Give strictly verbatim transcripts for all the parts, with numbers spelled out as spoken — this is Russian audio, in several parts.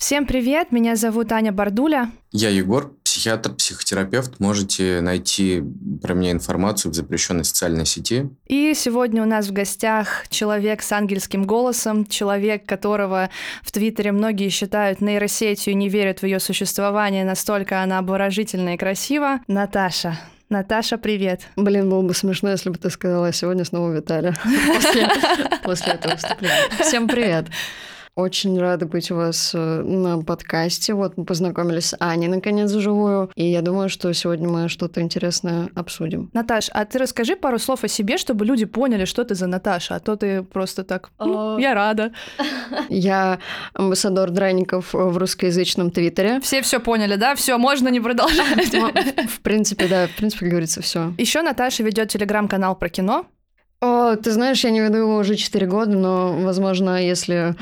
Всем привет, меня зовут Аня Бардуля. Я Егор, психиатр, психотерапевт. Можете найти про меня информацию в запрещенной социальной сети. И сегодня у нас в гостях человек с ангельским голосом, человек, которого в Твиттере многие считают нейросетью и не верят в ее существование, настолько она обворожительна и красива. Наташа. Наташа, привет. Блин, было бы смешно, если бы ты сказала сегодня снова Виталя после этого выступления. Всем привет. Очень рада быть у вас на подкасте. Вот мы познакомились с Аней, наконец, вживую. И я думаю, что сегодня мы что-то интересное обсудим. Наташ, а ты расскажи пару слов о себе, чтобы люди поняли, что ты за Наташа. А то ты просто так, ну, я рада. Я амбассадор драников в русскоязычном Твиттере. Все все поняли, да? Все, можно не продолжать. В принципе, да, в принципе, говорится, все. Еще Наташа ведет телеграм-канал про кино. О, ты знаешь, я не веду его уже четыре года, но, возможно, если...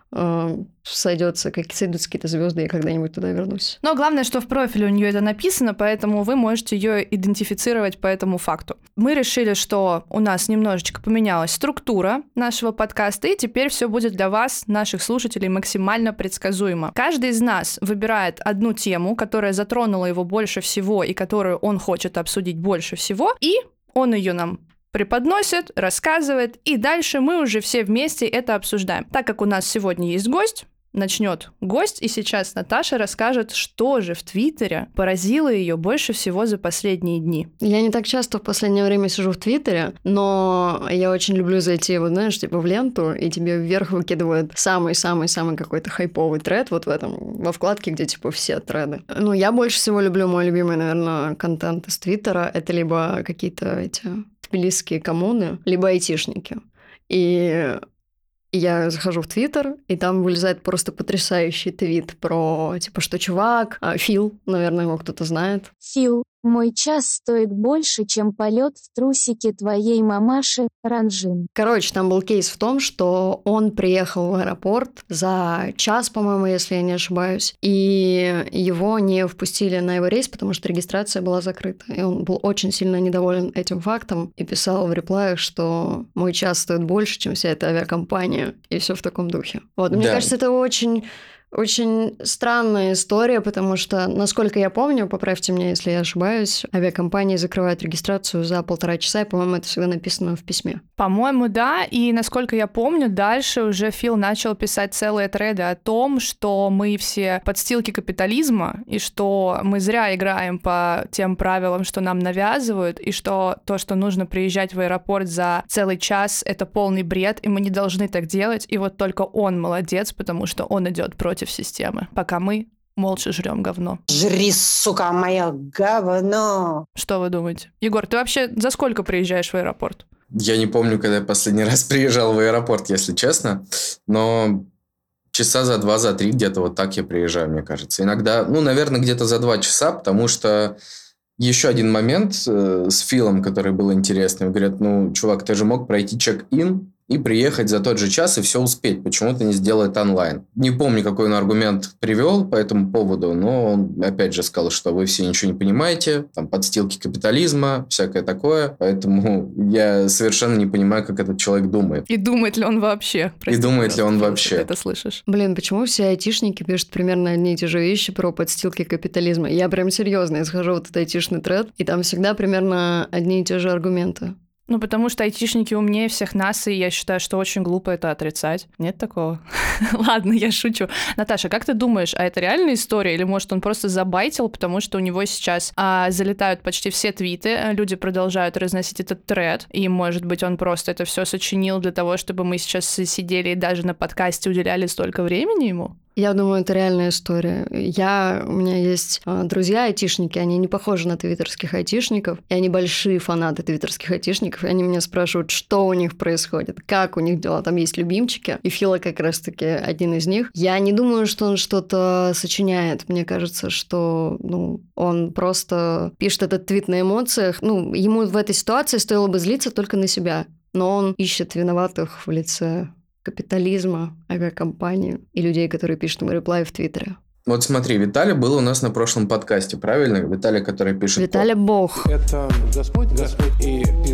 сойдется, как сойдутся какие-то звезды, я когда-нибудь туда вернусь. Но главное, что в профиле у нее это написано, поэтому вы можете ее идентифицировать по этому факту. Мы решили, что у нас немножечко поменялась структура нашего подкаста, и теперь все будет для вас, наших слушателей, максимально предсказуемо. Каждый из нас выбирает одну тему, которая затронула его больше всего и которую он хочет обсудить больше всего, и он ее нам преподносит, рассказывает, и дальше мы уже все вместе это обсуждаем. Так как у нас сегодня есть гость, начнет гость, и сейчас Наташа расскажет, что же в Твиттере поразило ее больше всего за последние дни. Я не так часто в последнее время сижу в Твиттере, но я очень люблю зайти, вот знаешь, типа в ленту, и тебе вверх выкидывают самый-самый-самый какой-то хайповый тред вот в этом, во вкладке, где типа все треды. Ну, я больше всего люблю, мой любимый, наверное, контент из Твиттера, это либо какие-то эти тбилисские коммуны, либо айтишники. И я захожу в Твиттер, и там вылезает просто потрясающий твит про, типа, что чувак, Фил, наверное, его кто-то знает. Фил, мой час стоит больше, чем полет в трусике твоей мамаши, Ранжин. Короче, там был кейс в том, что он приехал в аэропорт за час, по-моему, если я не ошибаюсь, и его не впустили на его рейс, потому что регистрация была закрыта. И он был очень сильно недоволен этим фактом и писал в реплаях, что мой час стоит больше, чем вся эта авиакомпания, и все в таком духе. Вот, мне да. кажется, это очень... Очень странная история, потому что, насколько я помню, поправьте меня, если я ошибаюсь, авиакомпании закрывают регистрацию за полтора часа, и, по-моему, это всегда написано в письме. По-моему, да, и, насколько я помню, дальше уже Фил начал писать целые треды о том, что мы все подстилки капитализма, и что мы зря играем по тем правилам, что нам навязывают, и что то, что нужно приезжать в аэропорт за целый час, это полный бред, и мы не должны так делать, и вот только он молодец, потому что он идет против системы, пока мы молча жрем говно. Жри, сука, мое говно! Что вы думаете? Егор, ты вообще за сколько приезжаешь в аэропорт? Я не помню, когда я последний раз приезжал в аэропорт, если честно, но часа за два, за три где-то вот так я приезжаю, мне кажется. Иногда, ну, наверное, где-то за два часа, потому что еще один момент э, с Филом, который был интересный. Говорят, ну, чувак, ты же мог пройти чек-ин и приехать за тот же час и все успеть. Почему ты не сделал это онлайн? Не помню, какой он аргумент привел по этому поводу, но он опять же сказал, что вы все ничего не понимаете, там подстилки капитализма, всякое такое. Поэтому я совершенно не понимаю, как этот человек думает. И думает ли он вообще? Прости, и думает ли он вообще? Ты это слышишь? Блин, почему все айтишники пишут примерно одни и те же вещи про подстилки капитализма? Я прям серьезно, я схожу в этот айтишный тред, и там всегда примерно одни и те же аргументы. Ну, потому что айтишники умнее всех нас, и я считаю, что очень глупо это отрицать. Нет такого? Ладно, я шучу. Наташа, как ты думаешь, а это реальная история? Или, может, он просто забайтил, потому что у него сейчас а, залетают почти все твиты, люди продолжают разносить этот тред, и, может быть, он просто это все сочинил для того, чтобы мы сейчас сидели и даже на подкасте уделяли столько времени ему? Я думаю, это реальная история. Я, у меня есть э, друзья айтишники, они не похожи на твиттерских айтишников, и они большие фанаты твиттерских айтишников, и они меня спрашивают, что у них происходит, как у них дела. Там есть любимчики, и Фила как раз-таки один из них. Я не думаю, что он что-то сочиняет. Мне кажется, что ну, он просто пишет этот твит на эмоциях. Ну, ему в этой ситуации стоило бы злиться только на себя, но он ищет виноватых в лице капитализма, авиакомпании и людей, которые пишут ему реплай в Твиттере. Вот смотри, Виталя был у нас на прошлом подкасте, правильно? Виталя, который пишет... Виталя Бог. Это Господь, Господь и Иисус Христос.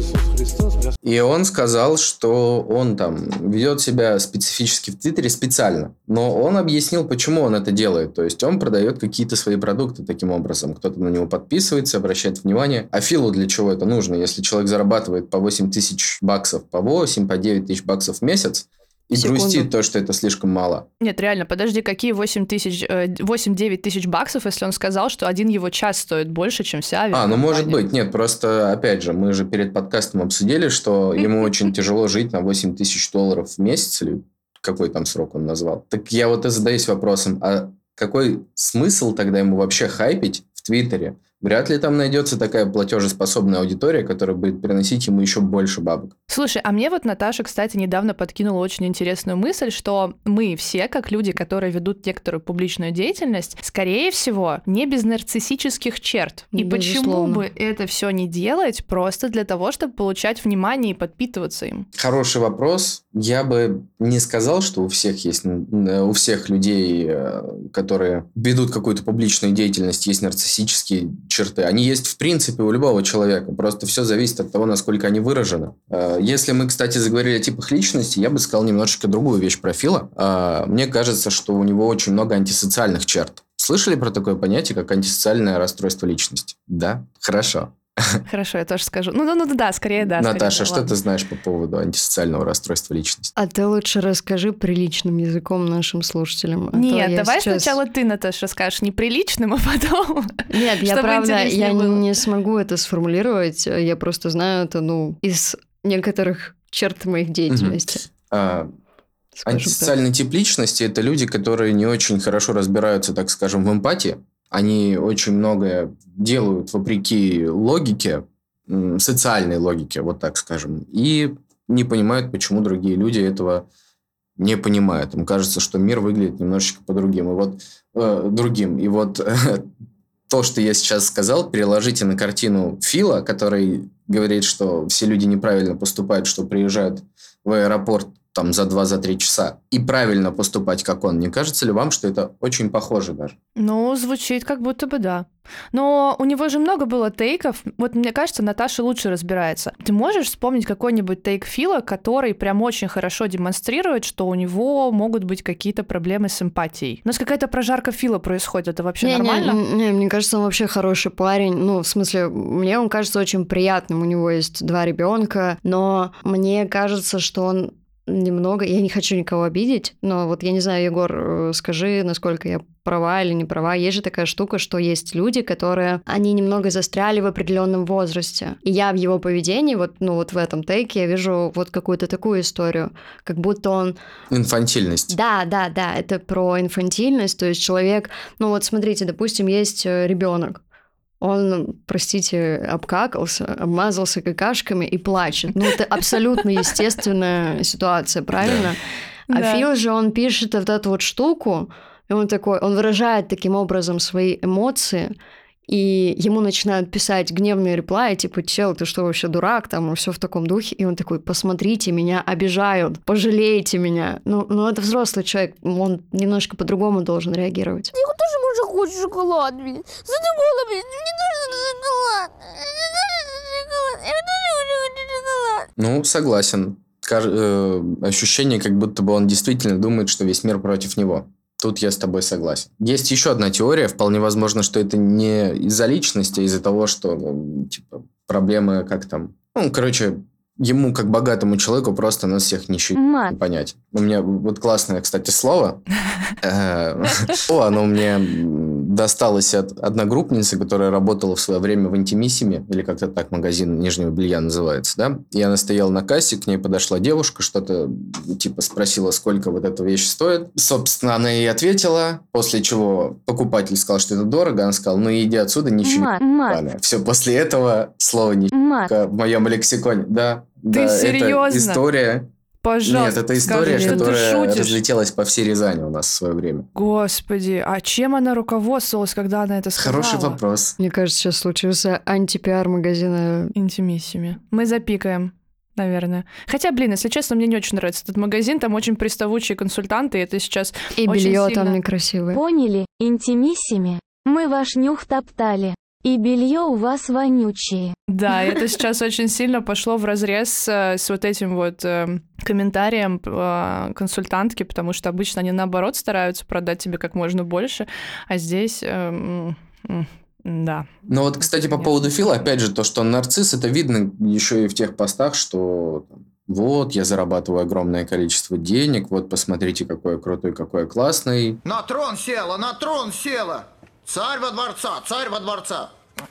И он сказал, что он там ведет себя специфически в Твиттере специально. Но он объяснил, почему он это делает. То есть он продает какие-то свои продукты таким образом. Кто-то на него подписывается, обращает внимание. А Филу для чего это нужно? Если человек зарабатывает по восемь тысяч баксов, по восемь, по девять тысяч баксов в месяц, и Секунду. грустит то, что это слишком мало. Нет, реально, подожди, какие восемь тысяч, восемь-девять тысяч баксов, если он сказал, что один его час стоит больше, чем вся авиакомпания? А, ну может быть. Нет, просто, опять же, мы же перед подкастом обсудили, что ему очень тяжело жить на восемь тысяч долларов в месяц, или какой там срок он назвал. Так я вот и задаюсь вопросом, а какой смысл тогда ему вообще хайпить в Твиттере? Вряд ли там найдется такая платежеспособная аудитория, которая будет приносить ему еще больше бабок. Слушай, а мне вот Наташа, кстати, недавно подкинула очень интересную мысль, что мы все, как люди, которые ведут некоторую публичную деятельность, скорее всего, не без нарциссических черт. И почему Безусловно. бы это все не делать просто для того, чтобы получать внимание и подпитываться им? Хороший вопрос. Я бы не сказал, что у всех есть, у всех людей, которые ведут какую-то публичную деятельность, есть нарциссические черты. Они есть, в принципе, у любого человека. Просто все зависит от того, насколько они выражены. Если мы, кстати, заговорили о типах личности, я бы сказал немножечко другую вещь про Фила. Мне кажется, что у него очень много антисоциальных черт. Слышали про такое понятие, как антисоциальное расстройство личности? Да? Хорошо. Хорошо, я тоже скажу. Ну, ну, ну да, скорее да. Наташа, скорее, что ладно. ты знаешь по поводу антисоциального расстройства личности? А ты лучше расскажи приличным языком нашим слушателям. а то Нет, я давай сейчас- сначала ты, Наташа, скажешь неприличным, а потом... Нет, я чтобы правда, интереснее я было. не смогу это сформулировать. Я просто знаю это, ну, из некоторых черт моих деятельности. А, скажем так. Антисоциальный тип личности – это люди, которые не очень хорошо разбираются, так скажем, в эмпатии. Они очень многое делают вопреки логике, м, социальной логике, вот так скажем, и не понимают, почему другие люди этого не понимают. Им кажется, что мир выглядит немножечко по-другим. И вот, э, другим. И вот э, то, что я сейчас сказал, переложите на картину Фила, который говорит, что все люди неправильно поступают, что приезжают в аэропорт там за два-за три часа, и правильно поступать, как он. Не кажется ли вам, что это очень похоже даже? Ну, звучит как будто бы да. Но у него же много было тейков. Вот мне кажется, Наташа лучше разбирается. Ты можешь вспомнить какой-нибудь тейк Фила, который прям очень хорошо демонстрирует, что у него могут быть какие-то проблемы с эмпатией? У нас какая-то прожарка Фила происходит. Это вообще Не, нормально? Не, не, мне кажется, он вообще хороший парень. Ну, в смысле, мне он кажется очень приятным. У него есть два ребенка, но мне кажется, что он немного... Я не хочу никого обидеть, но вот я не знаю, Егор, э, скажи, насколько я права или не права. Есть же такая штука, что есть люди, которые... Они немного застряли в определенном возрасте. И я в его поведении, вот, ну, вот в этом тейке, я вижу вот какую-то такую историю. Как будто он... Инфантильность. Да, да, да, это про инфантильность. То есть человек... Ну вот смотрите, допустим, есть ребенок. Он, простите, обкакался, обмазался какашками и плачет. Ну, это абсолютно естественная ситуация, правильно? А Да. Фил же, он пишет вот эту вот штуку, и он такой, он выражает таким образом свои эмоции, и ему начинают писать гневные реплаи, типа, чел, ты что, вообще дурак, там, все в таком духе. И он такой, посмотрите, меня обижают, пожалейте меня. Ну, ну это взрослый человек, он немножко по-другому должен реагировать. Я тоже, может, хочу шоколад, блин. Задумала, блин, мне нужен шоколад. Мне нужен шоколад. Я тоже хочу шоколад. Ну, согласен. Каж- э, ощущение, как будто бы он действительно думает, что весь мир против него. Тут я с тобой согласен. Есть еще одна теория. Вполне возможно, что это не из-за личности, а из-за того, что ну, типа, проблемы как там... Ну, короче, ему, как богатому человеку, просто нас всех не щадит. Мат. Понять. У меня вот классное, кстати, слово. О, оно мне досталось от одногруппницы, которая работала в свое время в Интимиссиме, или как-то так магазин нижнего белья называется, да? И она стояла на кассе, к ней подошла девушка, что-то типа спросила, сколько вот эта вещь стоит. Собственно, она ей ответила, после чего покупатель сказал, что это дорого, она сказала, ну иди отсюда, ничего Мат. не Мат. покупали. Все, после этого слова «ничего» Мат. в моем лексиконе. Да, Ты да, серьезно? это история... Пожалуйста, Нет, это история, скажи, что ты которая шутишь. разлетелась по всей Рязани у нас в свое время. Господи, а чем она руководствовалась, когда она это сказала? Хороший вопрос. Мне кажется, сейчас случился антипиар магазина. Интимиссими. Мы запикаем, наверное. Хотя, блин, если честно, мне не очень нравится этот магазин. Там очень приставучие консультанты, и это сейчас И очень белье сильно. там некрасивое. Поняли, интимиссими. Мы ваш нюх топтали. И белье у вас вонючее. Да, это сейчас очень сильно пошло вразрез с, с вот этим вот э, комментарием э, консультантки, потому что обычно они наоборот стараются продать тебе как можно больше, а здесь... Э, э, да. Ну вот, кстати, по Нет. поводу Фила, опять же, то, что он нарцисс, это видно еще и в тех постах, что вот, я зарабатываю огромное количество денег, вот, посмотрите, какой я крутой, какой я классный. На трон села, на трон села! Царь во дворца, царь во дворца!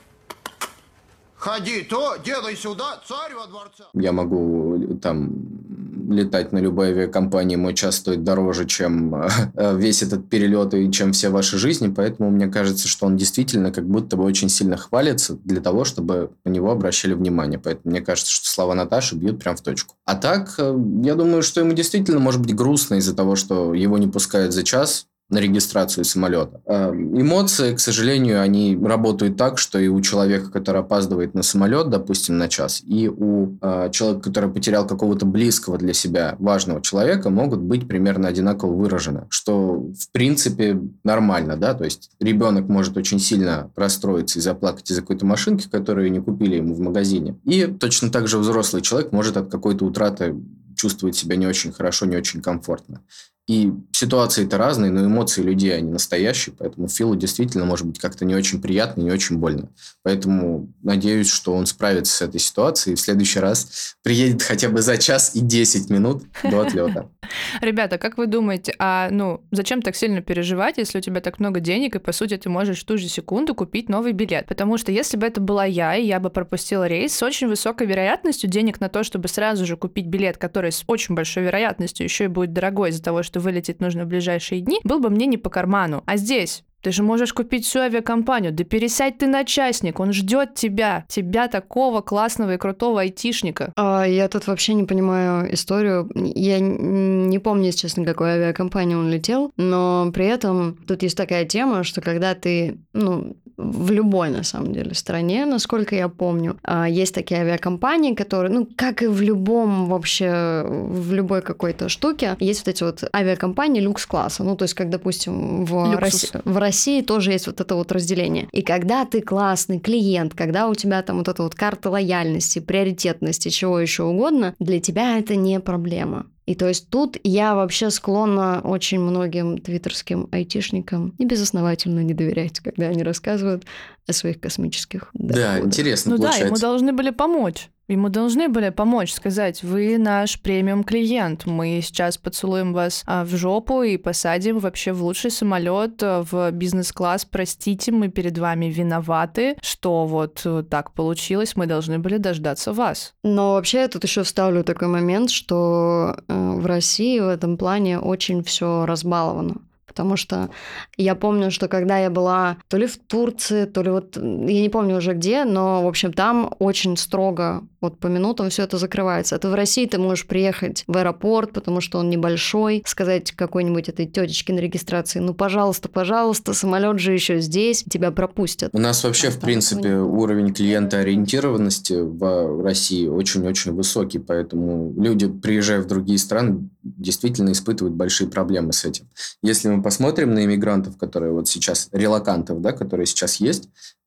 Ходи то, делай сюда, царь во дворца! Я могу там летать на любой авиакомпании, мой час стоит дороже, чем э, весь этот перелет и чем все ваши жизни, поэтому мне кажется, что он действительно как будто бы очень сильно хвалится для того, чтобы на него обращали внимание. Поэтому мне кажется, что слова Наташи бьют прям в точку. А так, э, я думаю, что ему действительно может быть грустно из-за того, что его не пускают за час на регистрацию самолета. Э, эмоции, к сожалению, они работают так, что и у человека, который опаздывает на самолет, допустим, на час, и у э, человека, который потерял какого-то близкого для себя важного человека, могут быть примерно одинаково выражены, что, в принципе, нормально, да, то есть ребенок может очень сильно расстроиться и заплакать из-за какой-то машинки, которую не купили ему в магазине, и точно так же взрослый человек может от какой-то утраты чувствовать себя не очень хорошо, не очень комфортно. И ситуации-то разные, но эмоции людей, они настоящие, поэтому Филу действительно может быть как-то не очень приятно, не очень больно. Поэтому надеюсь, что он справится с этой ситуацией и в следующий раз приедет хотя бы за час и десять минут до отлета. Ребята, как вы думаете, а ну зачем так сильно переживать, если у тебя так много денег, и по сути ты можешь в ту же секунду купить новый билет? Потому что если бы это была я, и я бы пропустила рейс, с очень высокой вероятностью денег на то, чтобы сразу же купить билет, который с очень большой вероятностью еще и будет дорогой из-за того, что вылететь нужно в ближайшие дни, был бы мне не по карману. А здесь... Ты же можешь купить всю авиакомпанию. Да пересядь ты на частник, он ждет тебя. Тебя, такого классного и крутого айтишника. А, я тут вообще не понимаю историю. Я не помню, если честно, какой авиакомпании он летел, но при этом тут есть такая тема, что когда ты, ну, в любой, на самом деле, стране, насколько я помню, есть такие авиакомпании, которые, ну, как и в любом вообще, в любой какой-то штуке, есть вот эти вот авиакомпании люкс-класса. Ну, то есть, как, допустим, в России, в России тоже есть вот это вот разделение. И когда ты классный клиент, когда у тебя там вот эта вот карта лояльности, приоритетности, чего еще угодно, для тебя это не проблема. И то есть тут я вообще склонна очень многим твиттерским айтишникам небезосновательно не доверять, когда они рассказывают о своих космических доходах. Да, интересно Ну получается. да, ему должны были помочь. Ему должны были помочь, сказать: вы наш премиум-клиент, мы сейчас поцелуем вас а, в жопу и посадим вообще в лучший самолет, в бизнес-класс. Простите, мы перед вами виноваты, что вот так получилось, мы должны были дождаться вас. Но вообще я тут еще вставлю такой момент, что э, в России в этом плане очень все разбаловано. Потому что я помню, что когда я была то ли в Турции, то ли вот, я не помню уже где, но, в общем, там очень строго вот по минутам все это закрывается. А ты в России ты можешь приехать в аэропорт, потому что он небольшой, сказать какой-нибудь этой тетечке на регистрации: ну, пожалуйста, пожалуйста, самолет же еще здесь, тебя пропустят. У нас вообще, А в там принципе, никто не- уровень клиентоориентированности в России очень-очень высокий, поэтому люди, приезжая в другие страны, действительно испытывают большие проблемы с этим. Если мы посмотрим на иммигрантов, которые вот сейчас, релокантов, да, которые сейчас есть,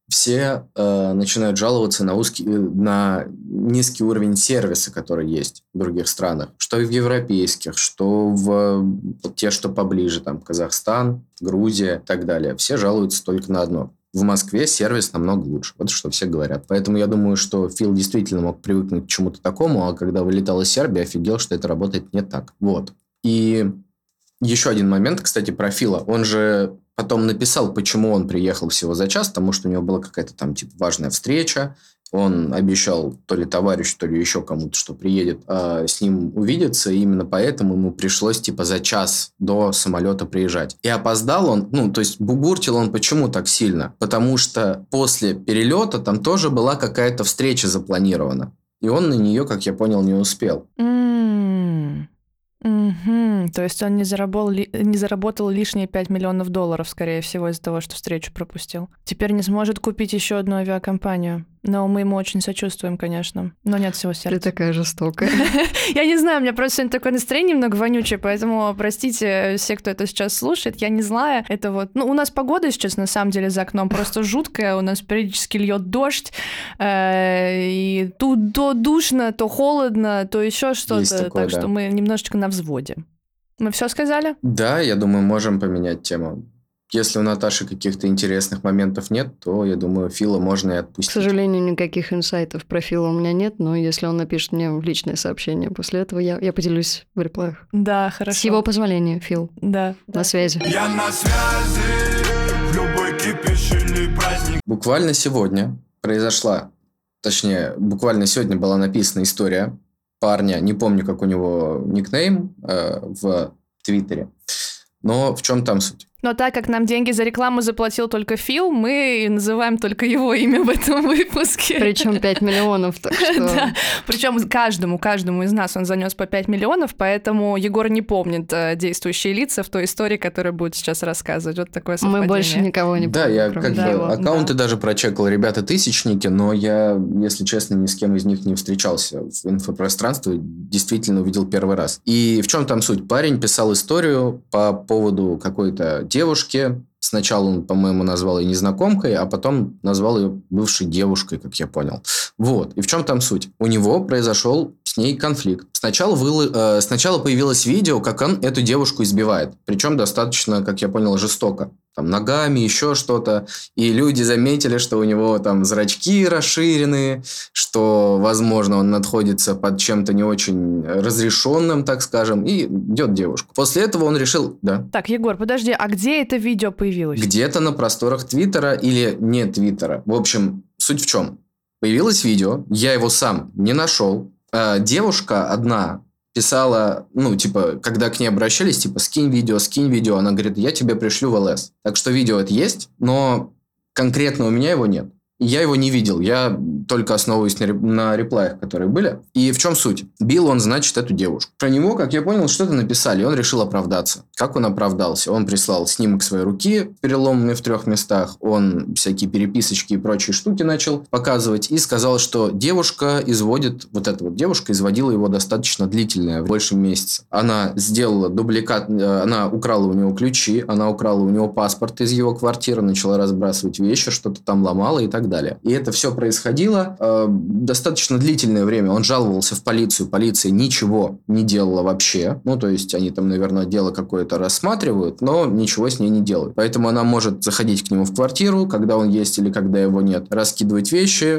все э, начинают жаловаться на, узкий, на низкий уровень сервиса, который есть в других странах. Что и в европейских, что в вот те, что поближе, там Казахстан, Грузия и так далее. Все жалуются только на одно. В Москве сервис намного лучше. Вот что все говорят. Поэтому я думаю, что Фил действительно мог привыкнуть к чему-то такому, а когда вылетал из Сербии, офигел, что это работает не так. Вот. И еще один момент, кстати, про Фила. Он же потом написал, почему он приехал всего за час, потому что у него была какая-то там типа важная встреча. Он обещал то ли товарищу, то ли еще кому-то, что приедет а, с ним увидеться. И именно поэтому ему пришлось типа за час до самолета приезжать. И опоздал он, ну, то есть бугуртил он почему так сильно? Потому что после перелета там тоже была какая-то встреча запланирована. И он на нее, как я понял, не успел. М-м. Мгм. То есть он не заработал, ли- не заработал лишние пять миллионов долларов, скорее всего, из-за того, что встречу пропустил. Теперь не сможет купить еще одну авиакомпанию. Но мы ему очень сочувствуем, конечно. Но нет всего Ты сердца. такая жестокая. Я не знаю, у меня просто сегодня такое настроение немного вонючее, поэтому простите все, кто это сейчас слушает. Я не злая. Это вот... Ну, у нас погода сейчас, на самом деле, за окном просто жуткая. У нас периодически льет дождь. э, И тут то душно, то холодно, то еще что-то. Есть такое, Так да. что мы немножечко на взводе. Мы все сказали? Да, я думаю, можем поменять тему. Если у Наташи каких-то интересных моментов нет, то, я думаю, Фила можно и К отпустить. сожалению, никаких инсайтов про Фила у меня нет, но если он напишет мне в личное сообщение после этого, я, я поделюсь в реплеях. Да, хорошо. С его позволения, Фил. Да. На связи. Я на связи, в любой кипиш или праздник. Буквально сегодня произошла, точнее, буквально сегодня была написана история парня, не помню, как у него никнейм э, в Твиттере, но в чем там суть? Но так как нам деньги за рекламу заплатил только Фил, мы называем только его имя в этом выпуске. Причем пять миллионов, так что... Да. Причем каждому, каждому из нас он занес по пять миллионов, поэтому Егор не помнит э, действующие лица в той истории, которую будет сейчас рассказывать. Вот такое совпадение. Мы больше никого не Да, помним, я кроме как Да, бы его, аккаунты да. даже прочекал, ребята тысячники, но я, если честно, ни с кем из них не встречался в инфопространстве, действительно увидел первый раз. И в чем там суть? Парень писал историю по поводу какой-то девушки. Сначала он, по-моему, назвал ее незнакомкой, а потом назвал ее бывшей девушкой, как я понял. Вот. И в чем там суть? У него произошел с ней конфликт. Сначала, вылы... э, Сначала появилось видео, как он эту девушку избивает. Причем достаточно, как я понял, жестоко. Там ногами, еще что-то. И люди заметили, что у него там зрачки расширены, что, возможно, он находится под чем-то не очень разрешенным, так скажем, и идет девушка. После этого он решил... Да. Так, Егор, подожди, а где это видео появилось? Где-то на просторах Твиттера или не Твиттера. В общем, суть в чем? Появилось видео, я его сам не нашел. А девушка одна писала, ну, типа, когда к ней обращались, типа, скинь видео, скинь видео. Она говорит, я тебе пришлю в ЛС. Так что видео это есть, но конкретно у меня его нет. Я его не видел, я только основываюсь на, реп- на реплаях, которые были. И в чем суть? Бил он, значит, эту девушку. Про него, как я понял, что-то написали, и он решил оправдаться. Как он оправдался? Он прислал снимок своей руки, переломанной в трех местах, он всякие переписочки и прочие штуки начал показывать, и сказал, что девушка изводит, вот эта вот девушка изводила его достаточно длительное, больше месяца. Она сделала дубликат, она украла у него ключи, она украла у него паспорт из его квартиры, начала разбрасывать вещи, что-то там ломала и так далее. И это все происходило э, достаточно длительное время. Он жаловался в полицию, полиция ничего не делала вообще. Ну, то есть, они там, наверное, дело какое-то рассматривают, но ничего с ней не делают. Поэтому она может заходить к нему в квартиру, когда он есть или когда его нет, раскидывать вещи,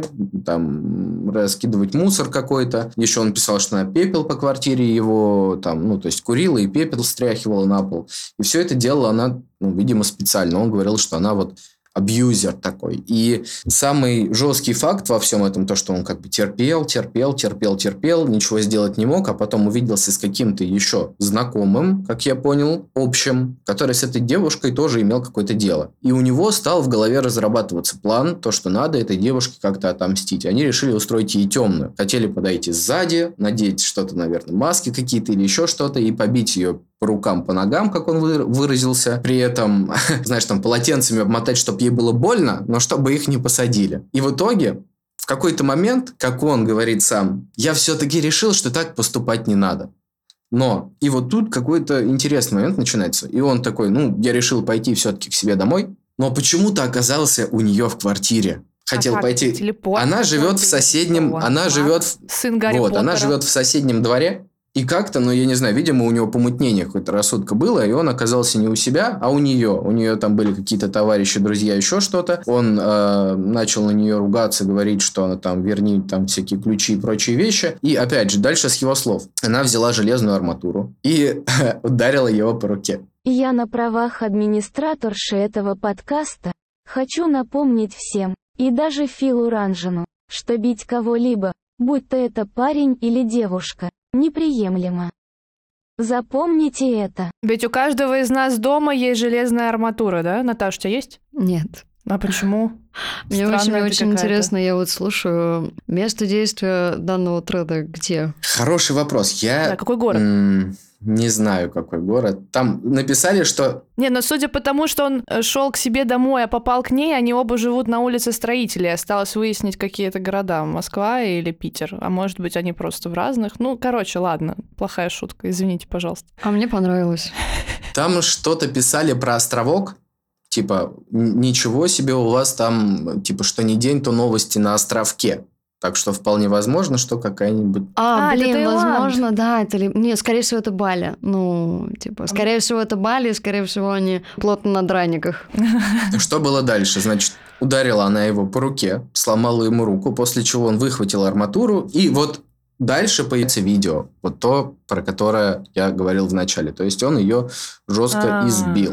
там, раскидывать мусор какой-то. Еще он писал, что она пепел по квартире его, там, ну, то есть, курила и пепел стряхивала на пол. И все это делала она, ну, видимо, специально. Он говорил, что она вот абьюзер такой. И самый жесткий факт во всем этом, то, что он как бы терпел, терпел, терпел, терпел, ничего сделать не мог, а потом увиделся с каким-то еще знакомым, как я понял, общим, который с этой девушкой тоже имел какое-то дело. И у него стал в голове разрабатываться план, то, что надо этой девушке как-то отомстить. Они решили устроить ей темную. Хотели подойти сзади, надеть что-то, наверное, маски какие-то или еще что-то, и побить ее по рукам, по ногам, как он выразился. При этом, знаешь, там полотенцами обмотать, чтобы ей было больно, но чтобы их не посадили. И в итоге, в какой-то момент, как он говорит сам, я все-таки решил, что так поступать не надо. Но, и вот тут какой-то интересный момент начинается. И он такой, ну, я решил пойти все-таки к себе домой, но почему-то оказался у нее в квартире. Хотел А как? пойти. Телепорт Она живет в какой-то? соседнем, Что? она А, живет в... Сын Гарри Вот, она Поттера. живет в соседнем дворе. И как-то, ну, я не знаю, видимо, у него помутнение какое-то рассудка было, и он оказался не у себя, а у нее. У нее там были какие-то товарищи, друзья, еще что-то. Он э, начал на нее ругаться, говорить, что она там, верни там всякие ключи и прочие вещи. И, опять же, дальше с его слов. Она взяла железную арматуру и ударила его по руке. Я на правах администраторши этого подкаста хочу напомнить всем, и даже Филу Ранжину, что бить кого-либо, будь то это парень или девушка, неприемлемо. Запомните это. Ведь у каждого из нас дома есть железная арматура, да? Наташа, у тебя есть? Нет. А почему? Мне Странная очень, ты очень какая-то. интересно, я вот слушаю, место действия данного треда где? Хороший вопрос. Я... Да, какой город? м, Не знаю, какой город. Там написали, что... Не, но судя по тому, что он шел к себе домой, а попал к ней, они оба живут на улице Строителей. Осталось выяснить, какие это города, Москва или Питер. А может быть, они просто в разных. Ну, короче, ладно, плохая шутка, извините, пожалуйста. А мне понравилось. Там что-то писали про островок. Типа, ничего себе у вас там, типа, что ни день, то новости на островке. Так что вполне возможно, что какая-нибудь... А, А, это блин, Таиланд. возможно, да, это ли... Не, скорее всего, это Бали. Ну, типа, скорее всего, это Бали, скорее всего, они плотно на драниках. Что было дальше? Значит, ударила она его по руке, сломала ему руку, после чего он выхватил арматуру, и вот дальше появится видео, вот то, про которое я говорил в начале. То есть он ее жестко избил.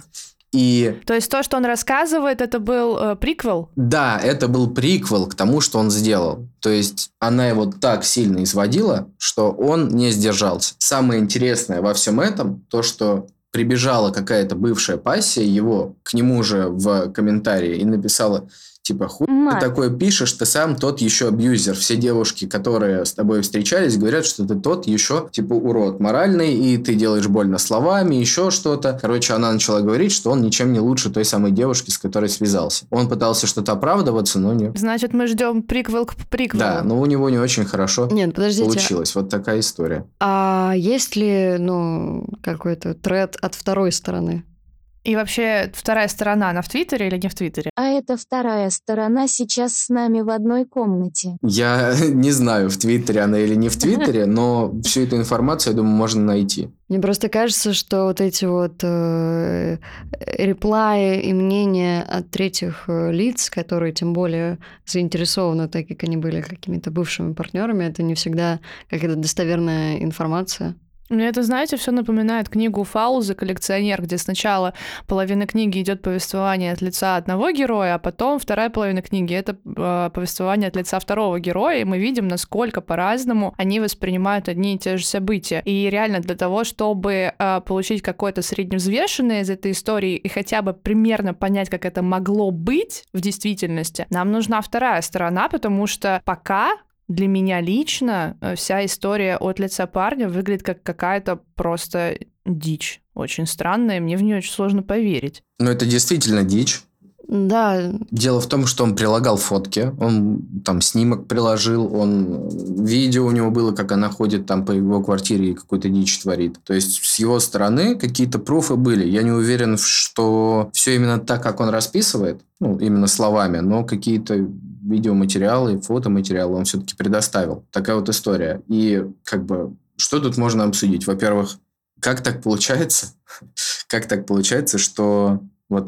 И... То есть то, что он рассказывает, это был э, приквел? Да, это был приквел к тому, что он сделал. То есть она его так сильно изводила, что он не сдержался. Самое интересное во всем этом, то, что прибежала какая-то бывшая пассия его к нему же в комментарии и написала... Типа, хуй Мат. ты такое пишешь, ты сам тот еще абьюзер. Все девушки, которые с тобой встречались, говорят, что ты тот еще, типа, урод моральный, и ты делаешь больно словами, еще что-то. Короче, она начала говорить, что он ничем не лучше той самой девушки, с которой связался. Он пытался что-то оправдываться, но не... Значит, мы ждем приквел к приквелу. Да, но у него не очень хорошо Нет, подождите. получилось. Вот такая история. А есть ли, ну, какой-то тред от второй стороны? И вообще, вторая сторона, она в Твиттере или не в Твиттере? А эта вторая сторона сейчас с нами в одной комнате. Я не знаю, в Твиттере она или не в Твиттере, но всю эту информацию, я думаю, можно найти. Мне просто кажется, что вот эти вот э, реплаи и мнения от третьих лиц, которые тем более заинтересованы, так как они были какими-то бывшими партнерами, это не всегда какая-то достоверная информация. Мне это, знаете, все напоминает книгу Фаузы «Коллекционер», где сначала половина книги идет повествование от лица одного героя, а потом вторая половина книги — это э, повествование от лица второго героя, и мы видим, насколько по-разному они воспринимают одни и те же события. И реально для того, чтобы э, получить какое-то средневзвешенное из этой истории и хотя бы примерно понять, как это могло быть в действительности, нам нужна вторая сторона, потому что пока... Для меня лично вся история от лица парня выглядит как какая-то просто дичь. Очень странная, мне в нее очень сложно поверить. Но это действительно дичь. Да. Дело в том, что он прилагал фотки, он там снимок приложил, он видео у него было, как она ходит там по его квартире и какую-то дичь творит. То есть с его стороны какие-то пруфы были. Я не уверен, что все именно так, как он расписывает, ну, именно словами, но какие-то видеоматериалы, фотоматериалы он все-таки предоставил. Такая вот история. И как бы что тут можно обсудить? Во-первых, как так получается? Как так получается, что вот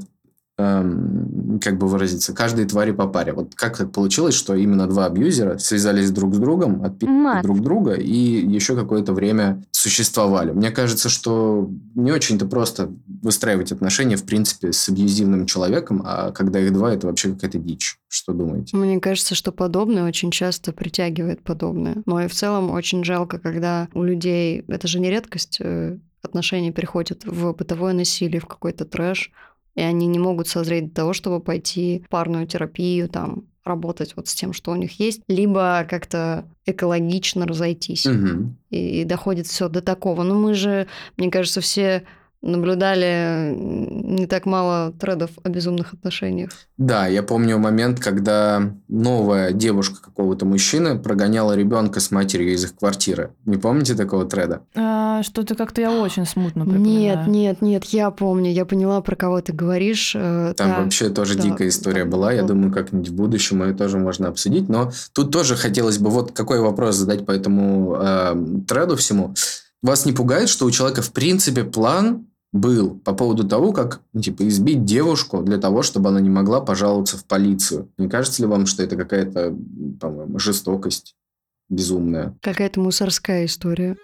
эм, как бы выразиться, каждой твари по паре. Вот как так получилось, что именно два абьюзера связались друг с другом, отпи***ли друг друга и еще какое-то время существовали. Мне кажется, что не очень-то просто выстраивать отношения, в принципе, с абьюзивным человеком, а когда их два, это вообще какая-то дичь. Что думаете? Мне кажется, что подобное очень часто притягивает подобное. Но и в целом очень жалко, когда у людей, это же не редкость, отношения переходят в бытовое насилие, в какой-то трэш, и они не могут созреть до того, чтобы пойти в парную терапию, там, работать вот с тем, что у них есть, либо как-то экологично разойтись. Угу. И, и доходит все до такого. Но мы же, мне кажется, все наблюдали не так мало тредов о безумных отношениях. Да, я помню момент, когда новая девушка какого-то мужчины прогоняла ребенка с матерью из их квартиры. Не помните такого треда? А, что-то как-то я очень смутно припоминаю. Нет, нет, нет, я помню, я поняла, про кого ты говоришь. Там да, вообще тоже да, дикая история да, была. Я да. думаю, как-нибудь в будущем ее тоже можно обсудить. Но тут тоже хотелось бы вот какой вопрос задать по этому э, треду всему. Вас не пугает, что у человека в принципе план был по поводу того, как, ну, типа, избить девушку для того, чтобы она не могла пожаловаться в полицию? Не кажется ли вам, что это какая-то, по-моему, жестокость безумная? Какая-то мусорская история.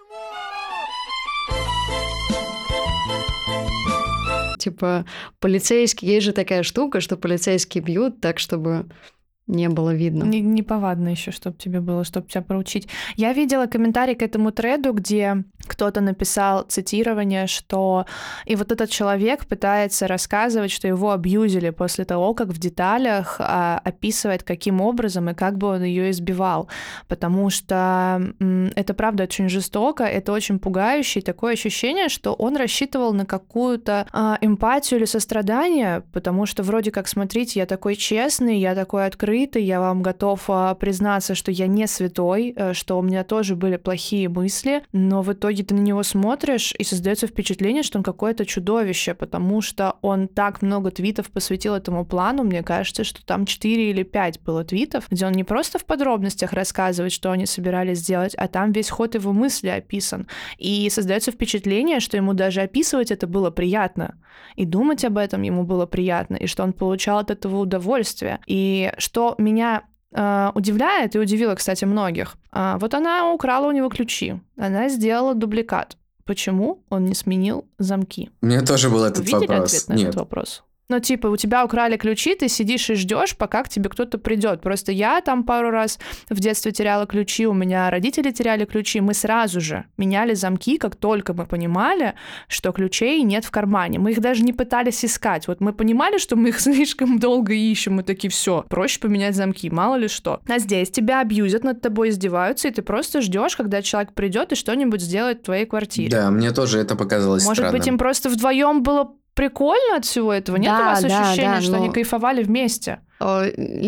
Типа, полицейские... Есть же такая штука, что полицейские бьют так, чтобы не было видно. Не, неповадно еще, чтобы тебе было, чтобы тебя проучить. Я видела комментарий к этому треду, где кто-то написал цитирование, что и вот этот человек пытается рассказывать, что его абьюзили после того, как в деталях а, описывает, каким образом и как бы он ее избивал. Потому что м, это, правда, очень жестоко, это очень пугающе, и такое ощущение, что он рассчитывал на какую-то а, эмпатию или сострадание, потому что вроде как, смотрите, я такой честный, я такой открытый, я вам готов а, признаться, что я не святой, а, что у меня тоже были плохие мысли, но в итоге ты на него смотришь, и создается впечатление, что он какое-то чудовище, потому что он так много твитов посвятил этому плану, мне кажется, что там четыре или пять было твитов, где он не просто в подробностях рассказывает, что они собирались сделать, а там весь ход его мысли описан. И создается впечатление, что ему даже описывать это было приятно, и думать об этом ему было приятно, и что он получал от этого удовольствие. И что меня э, удивляет, и удивило, кстати, многих, э, вот она украла у него ключи, она сделала дубликат. Почему он не сменил замки? У меня тоже был этот Вы видели вопрос. ответ на Нет. этот вопрос? Ну, типа, у тебя украли ключи, ты сидишь и ждешь, пока к тебе кто-то придет. Просто я там пару раз в детстве теряла ключи, у меня родители теряли ключи, мы сразу же меняли замки, как только мы понимали, что ключей нет в кармане. Мы их даже не пытались искать. Вот мы понимали, что мы их слишком долго ищем, мы такие, все, проще поменять замки, мало ли что. А здесь тебя абьюзят, над тобой издеваются, и ты просто ждешь, когда человек придет и что-нибудь сделает в твоей квартире. Да, мне тоже это показалось Может странным. быть, им просто вдвоем было прикольно от всего этого? Нет Да, у вас да, ощущения, да, что но- они кайфовали вместе? О,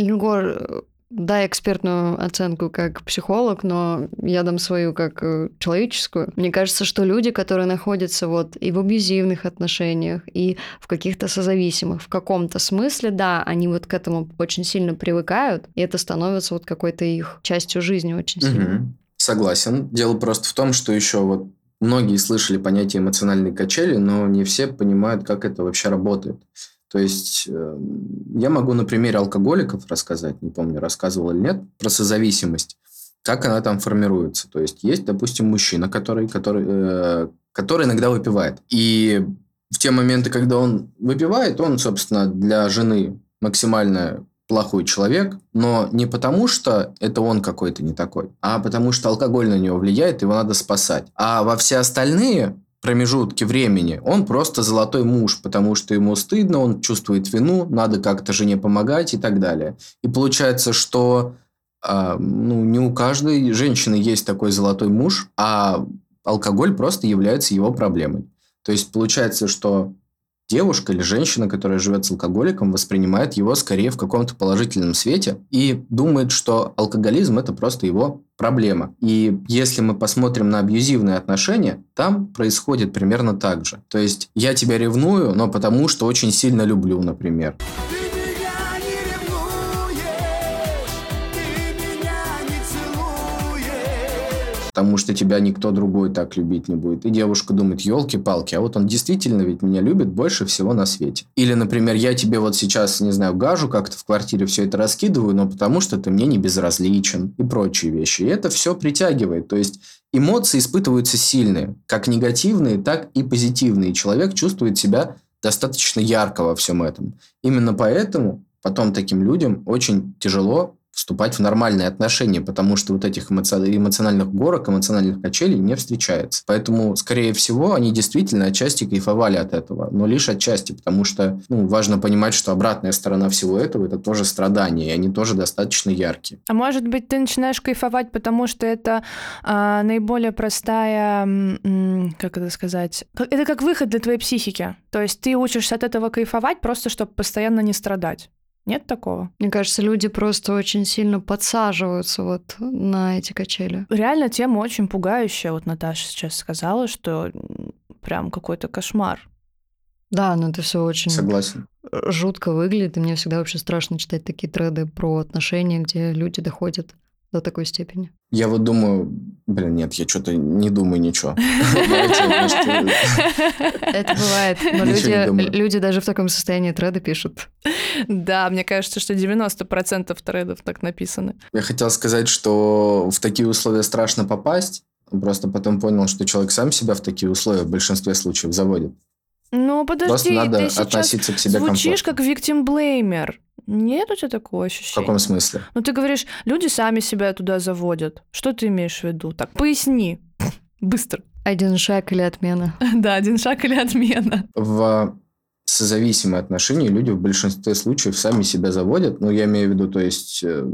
Егор, дай экспертную оценку как психолог, но я дам свою как э, человеческую. Мне кажется, что люди, которые находятся вот и в абьюзивных отношениях, и в каких-то созависимых, в каком-то смысле, да, они вот к этому очень сильно привыкают, и это становится вот какой-то их частью жизни очень сильно. Мгм. Согласен. Дело просто в том, что еще вот многие слышали понятие эмоциональной качели, но не все понимают, как это вообще работает. То есть э, я могу на примере алкоголиков рассказать, не помню, рассказывал или нет, про созависимость, как она там формируется. То есть есть, допустим, мужчина, который, который, э, который иногда выпивает. И в те моменты, когда он выпивает, он, собственно, для жены максимально плохой человек, но не потому, что это он какой-то не такой, а потому, что алкоголь на него влияет, его надо спасать. А во все остальные промежутки времени он просто золотой муж, потому что ему стыдно, он чувствует вину, надо как-то жене помогать и так далее. И получается, что э, ну, не у каждой женщины есть такой золотой муж, а алкоголь просто является его проблемой. То есть получается, что девушка или женщина, которая живет с алкоголиком, воспринимает его скорее в каком-то положительном свете и думает, что алкоголизм – это просто его проблема. И если мы посмотрим на абьюзивные отношения, там происходит примерно так же. То есть я тебя ревную, но потому что очень сильно люблю, например. Ты меня не ревнуешь, ты меня не целуешь. Потому что тебя никто другой так любить не будет. И девушка думает, елки-палки, а вот он действительно ведь меня любит больше всего на свете. Или, например, я тебе вот сейчас, не знаю, гажу как-то в квартире, все это раскидываю, но потому что ты мне не безразличен и прочие вещи. И это все притягивает. То есть эмоции испытываются сильные, как негативные, так и позитивные. И человек чувствует себя достаточно ярко во всем этом. Именно поэтому потом таким людям очень тяжело вступать в нормальные отношения, потому что вот этих эмоци- эмоциональных горок, эмоциональных качелей не встречается. Поэтому, скорее всего, они действительно отчасти кайфовали от этого, но лишь отчасти, потому что ну, важно понимать, что обратная сторона всего этого – это тоже страдания, и они тоже достаточно яркие. А может быть, ты начинаешь кайфовать, потому что это а, наиболее простая, м, как это сказать, как- это как выход для твоей психики. То есть ты учишься от этого кайфовать просто, чтобы постоянно не страдать. Нет такого? Мне кажется, люди просто очень сильно подсаживаются вот на эти качели. Реально тема очень пугающая. Вот Наташа сейчас сказала, что м, прям какой-то кошмар. Да, но это все очень Согласен. жутко выглядит, и мне всегда вообще страшно читать такие треды про отношения, где люди доходят до такой степени. Я вот думаю, блин, нет, я что-то не думаю ничего. Давайте, может, Это бывает, но Ничего не думаю. люди, люди даже в таком состоянии треды пишут. Да, мне кажется, что девяносто процентов тредов так написаны. Я хотел сказать, что в такие условия страшно попасть, просто потом понял, что человек сам себя в такие условия в большинстве случаев заводит. Ну, подожди, Просто надо ты сейчас относиться к себе звучишь комфортно. как victim blamer. Нет у тебя такого В ощущения? каком смысле? Ну, ты говоришь, люди сами себя туда заводят. Что ты имеешь в виду? Так, поясни. Быстро. Один шаг или отмена. Да, один шаг или отмена. В созависимые отношения люди в большинстве случаев сами себя заводят. Ну, я имею в виду, то есть э,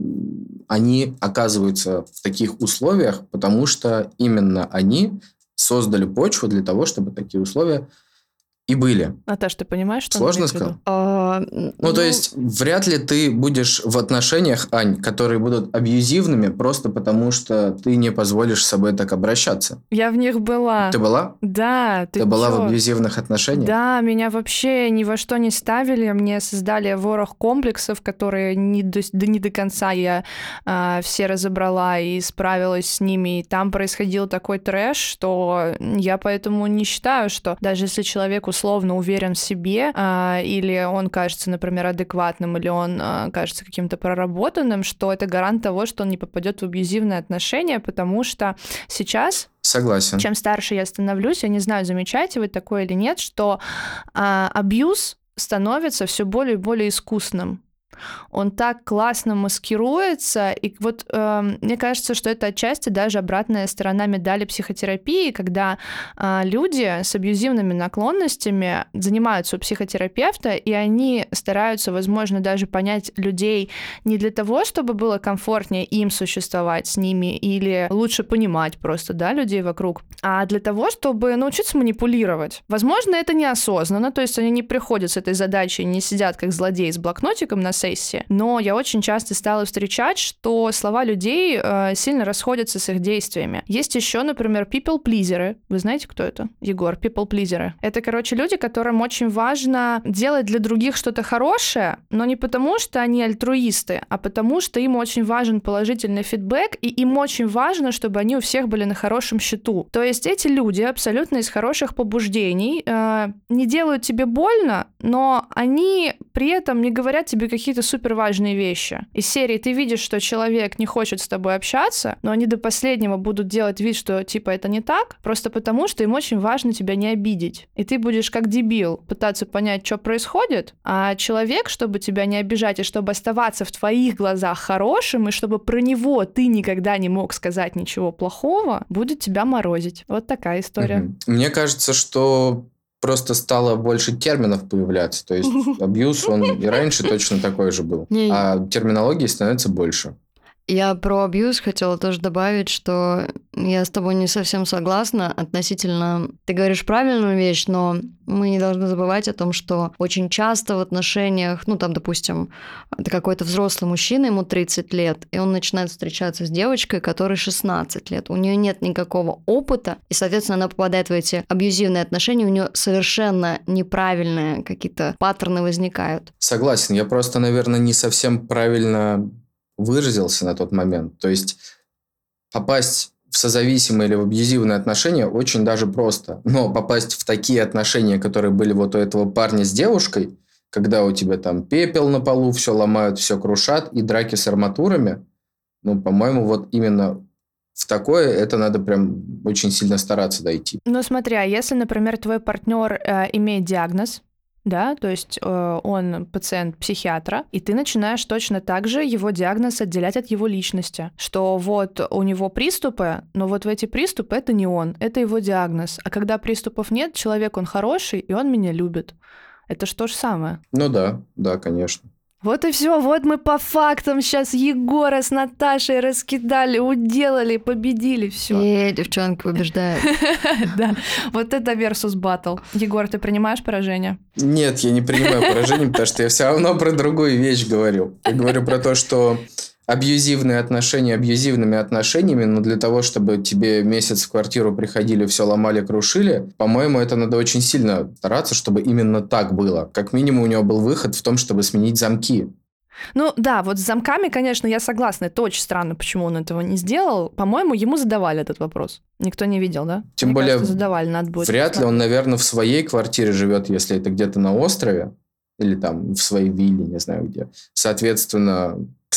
они оказываются в таких условиях, потому что именно они создали почву для того, чтобы такие условия и были. Наташ, ты понимаешь, что Сложно он имеет в виду? сказал? А, Ну, то есть, вряд ли ты будешь в отношениях, Ань, которые будут абьюзивными, просто потому что ты не позволишь с собой так обращаться. Я в них была. Ты была? Да, ты Ты была чё? в абьюзивных отношениях? Да, меня вообще ни во что не ставили, мне создали ворох комплексов, которые не до, да не до конца я а, все разобрала и справилась с ними, и там происходил такой трэш, что я поэтому не считаю, что даже если человек условно уверен в себе, а, или он кажется, например, адекватным, или он а, кажется каким-то проработанным, что это гарант того, что он не попадет в абьюзивные отношения, потому что сейчас... Согласен. Чем старше я становлюсь, я не знаю, замечаете вы такое или нет, что а, абьюз становится все более и более искусным. Он так классно маскируется, и вот э, мне кажется, что это отчасти даже обратная сторона медали психотерапии, когда э, люди с абьюзивными наклонностями занимаются у психотерапевта, и они стараются, возможно, даже понять людей не для того, чтобы было комфортнее им существовать с ними или лучше понимать просто, да, людей вокруг, а для того, чтобы научиться манипулировать. Возможно, это неосознанно, то есть они не приходят с этой задачей, не сидят как злодеи с блокнотиком на сессии, но я очень часто стала встречать, что слова людей э, сильно расходятся с их действиями. Есть еще, например, people-плизеры. Вы знаете, кто это? Егор, people-плизеры. Это, короче, люди, которым очень важно делать для других что-то хорошее, но не потому, что они альтруисты, а потому, что им очень важен положительный фидбэк, и им очень важно, чтобы они у всех были на хорошем счету. То есть эти люди абсолютно из хороших побуждений э, не делают тебе больно, но они при этом не говорят тебе какие-то супер важные вещи. Из серии ты видишь, что человек не хочет с тобой общаться, но они до последнего будут делать вид, что типа это не так, просто потому, что им очень важно тебя не обидеть. И ты будешь как дебил пытаться понять, что происходит, а человек, чтобы тебя не обижать и чтобы оставаться в твоих глазах хорошим, и чтобы про него ты никогда не мог сказать ничего плохого, будет тебя морозить. Вот такая история. Мгм. Мне кажется, что просто стало больше терминов появляться. То есть абьюз, он и раньше точно такой же был. Не. А терминологии становится больше. Я про абьюз хотела тоже добавить, что я с тобой не совсем согласна относительно... Ты говоришь правильную вещь, но мы не должны забывать о том, что очень часто в отношениях, ну, там, допустим, это какой-то взрослый мужчина, ему тридцать лет, и он начинает встречаться с девочкой, которой шестнадцать лет. У нее нет никакого опыта, и, соответственно, она попадает в эти абьюзивные отношения, у нее совершенно неправильные какие-то паттерны возникают. Согласен. Я просто, наверное, не совсем правильно выразился на тот момент. То есть попасть в созависимые или в абьюзивные отношения очень даже просто. Но попасть в такие отношения, которые были вот у этого парня с девушкой, когда у тебя там пепел на полу, все ломают, все крушат, и драки с арматурами, ну, по-моему, вот именно в такое это надо прям очень сильно стараться дойти. Ну, смотри, а если, например, твой партнер э, имеет диагноз, да, то есть э, он пациент психиатра, и ты начинаешь точно так же его диагноз отделять от его личности, что вот у него приступы, но вот в эти приступы это не он, это его диагноз, а когда приступов нет, человек он хороший, и он меня любит. Это ж то же самое. Ну да, да, конечно. Вот и все, вот мы по фактам сейчас Егора с Наташей раскидали, уделали, победили, все. И девчонки побеждают. Да, вот это versus battle. Егор, ты принимаешь поражение? Нет, я не принимаю поражение, потому что я все равно про другую вещь говорю. Я говорю про то, что абьюзивные отношения абьюзивными отношениями, но для того, чтобы тебе месяц в квартиру приходили, все ломали, крушили, по-моему, это надо очень сильно стараться, чтобы именно так было. Как минимум у него был выход в том, чтобы сменить замки. Ну да, вот с замками, конечно, я согласна. Это очень странно, почему он этого не сделал. По-моему, ему задавали этот вопрос. Никто не видел, да? Тем Мне более, кажется, задавали, надо будет вряд ли посмотреть. он, наверное, в своей квартире живет, если это где-то на острове или там в своей вилле, не знаю где. Соответственно,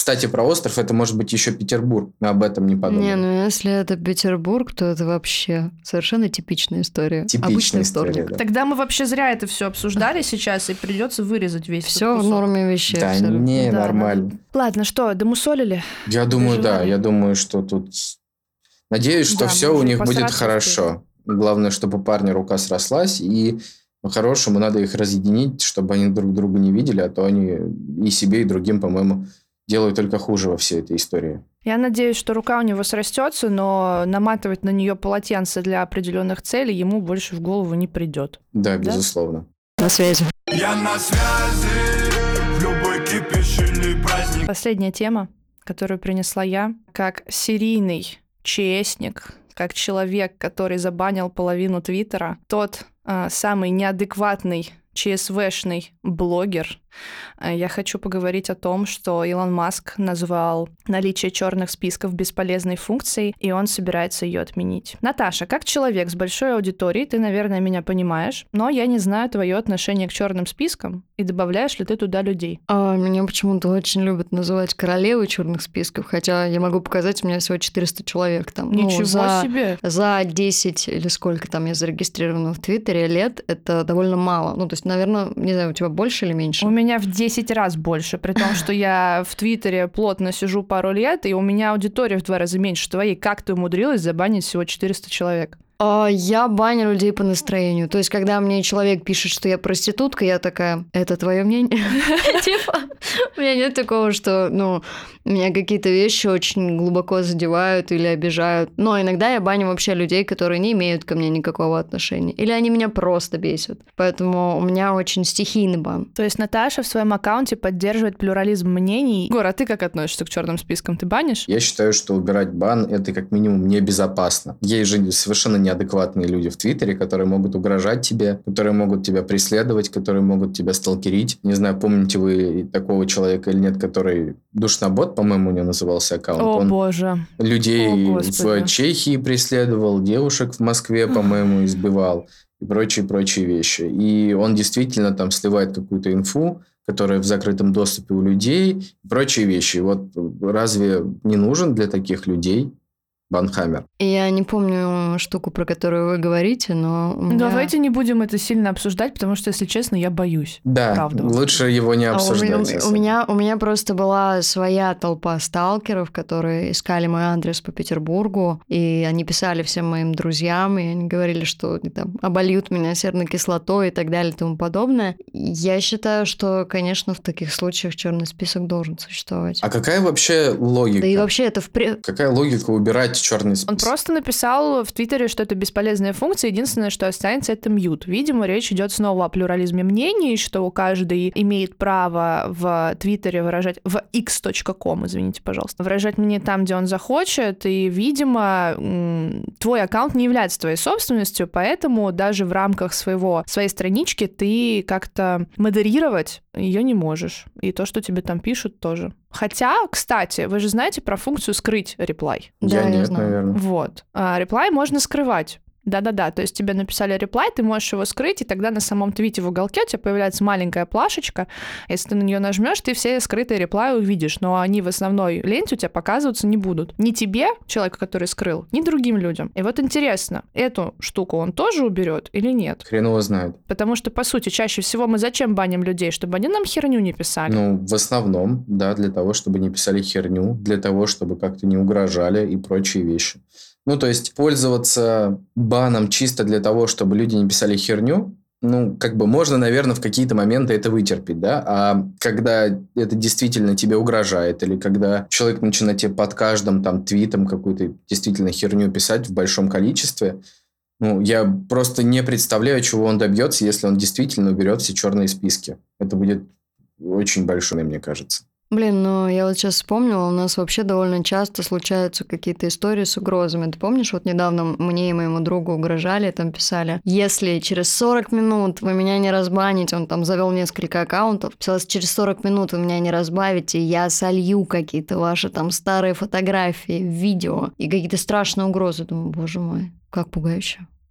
Кстати, про остров, это может быть еще Петербург. Мы об этом не подумали. Не, ну если это Петербург, то это вообще совершенно типичная история. Типичная Обычный история, вторник. да. Тогда мы вообще зря это все обсуждали сейчас, и придется вырезать весь Все этот в кусок. норме вещей. Да, абсолютно. не, Да, нормально. надо- Ладно, что, домусолили? Я думаю, да, Доживали. я думаю, что тут... Надеюсь, что Да, все мы у уже них будет посраться хорошо. Главное, чтобы у парня рука срослась, и по-хорошему надо их разъединить, чтобы они друг друга не видели, а то они и себе, и другим, по-моему, делают только хуже во всей этой истории. Я надеюсь, что рука у него срастется, но наматывать на нее полотенце для определенных целей ему больше в голову не придет. Да, Да? безусловно. На связи. Я на связи, в любой кипиш или праздник. Последняя тема, которую принесла я, как серийный ЧСник, как человек, который забанил половину Твиттера, тот а, самый неадекватный ЧСВшный блогер. А, Я хочу поговорить о том, что Илон Маск назвал наличие черных списков бесполезной функцией, и он собирается ее отменить. Наташа, как человек с большой аудиторией, ты, наверное, меня понимаешь, но я не знаю твое отношение к черным спискам, и добавляешь ли ты туда людей? А, меня почему-то очень любят называть королевой черных списков, хотя я могу показать, у меня всего четыреста человек там. Ну, Ничего за, себе! за десять или сколько там я зарегистрирована в Твиттере лет, это довольно мало. Ну, то есть, наверное, не знаю, у тебя больше или меньше? У меня в десять раз больше, при том, что я в Твиттере плотно сижу пару лет, и у меня аудитория в два раза меньше твоей. Как ты умудрилась забанить всего четыреста человек? А, Я баню людей по настроению. То есть, когда мне человек пишет, что я проститутка, я такая, это твое мнение? Типа, у меня нет такого, что, ну, меня какие-то вещи очень глубоко задевают или обижают. Но иногда я баню вообще людей, которые не имеют ко мне никакого отношения. Или они меня просто бесят. Поэтому у меня очень стихийный бан. То есть Наташа в своем аккаунте поддерживает плюрализм мнений. Гора, а ты как относишься к черным спискам? Ты банишь? Я считаю, что убирать бан – это как минимум небезопасно. Есть же совершенно неадекватные люди в Твиттере, которые могут угрожать тебе, которые могут тебя преследовать, которые могут тебя сталкерить. Не знаю, помните вы такого человека или нет, который Душнобот, по-моему, у него назывался аккаунт. О, Он боже. людей О, в Господи. Чехии преследовал, девушек в Москве, по-моему, избивал и прочие-прочие вещи. И он действительно там сливает какую-то инфу, которая в закрытом доступе у людей, и прочие вещи. Вот разве не нужен для таких людей банхаммер? Я не помню штуку, про которую вы говорите, но у меня... Давайте не будем это сильно обсуждать, потому что, если честно, я боюсь. Да, Правда. лучше его не А у обсуждать. меня, у, особо. меня, у меня просто была своя толпа сталкеров, которые искали мой адрес по Петербургу, и они писали всем моим друзьям, и они говорили, что они там обольют меня серной кислотой и так далее и тому подобное. Я считаю, что, конечно, в таких случаях черный список должен существовать. А какая вообще логика? Да и вообще это в... пре- Какая логика убирать черный список? Он просто написал в Твиттере, что это бесполезная функция, единственное, что останется, это мьют. Видимо, речь идет снова о плюрализме мнений, что каждый имеет право в Твиттере выражать, в икс точка ком, извините, пожалуйста, выражать мнение там, где он захочет, и, видимо, м, твой аккаунт не является твоей собственностью, поэтому даже в рамках своего, своей странички ты как-то модерировать ее не можешь. И то, что тебе там пишут, тоже. Хотя, кстати, вы же знаете про функцию «скрыть реплай». Я Да, я нет, знаю. наверное. Вот. А реплай можно скрывать. Да-да-да, то есть тебе написали реплай, ты можешь его скрыть, и тогда на самом твите в уголке у тебя появляется маленькая плашечка. Если ты на нее нажмешь, ты все скрытые реплай увидишь, но они в основной ленте у тебя показываться не будут. Ни тебе, человеку, который скрыл, ни другим людям. И вот интересно, эту штуку он тоже уберет или нет? Хрен его знает. Потому что, по сути, чаще всего мы зачем баним людей? Чтобы они нам херню не писали. Ну, в основном, да, для того, чтобы не писали херню, для того, чтобы как-то не угрожали и прочие вещи. Ну, то есть пользоваться баном чисто для того, чтобы люди не писали херню, ну, как бы можно, наверное, в какие-то моменты это вытерпеть, да, а когда это действительно тебе угрожает, или когда человек начинает тебе под каждым там твитом какую-то действительно херню писать в большом количестве, ну, я просто не представляю, чего он добьется, если он действительно уберет все черные списки. Это будет очень большой, мне кажется. Блин, ну я вот сейчас вспомнила, у нас вообще довольно часто случаются какие-то истории с угрозами. Ты помнишь, вот недавно мне и моему другу угрожали, там писали, если через сорок минут вы меня не разбаните, он там завел несколько аккаунтов, писалось, через сорок минут вы меня не разбавите, я солью какие-то ваши там старые фотографии, видео и какие-то страшные угрозы. Думаю, боже мой, как пугающе.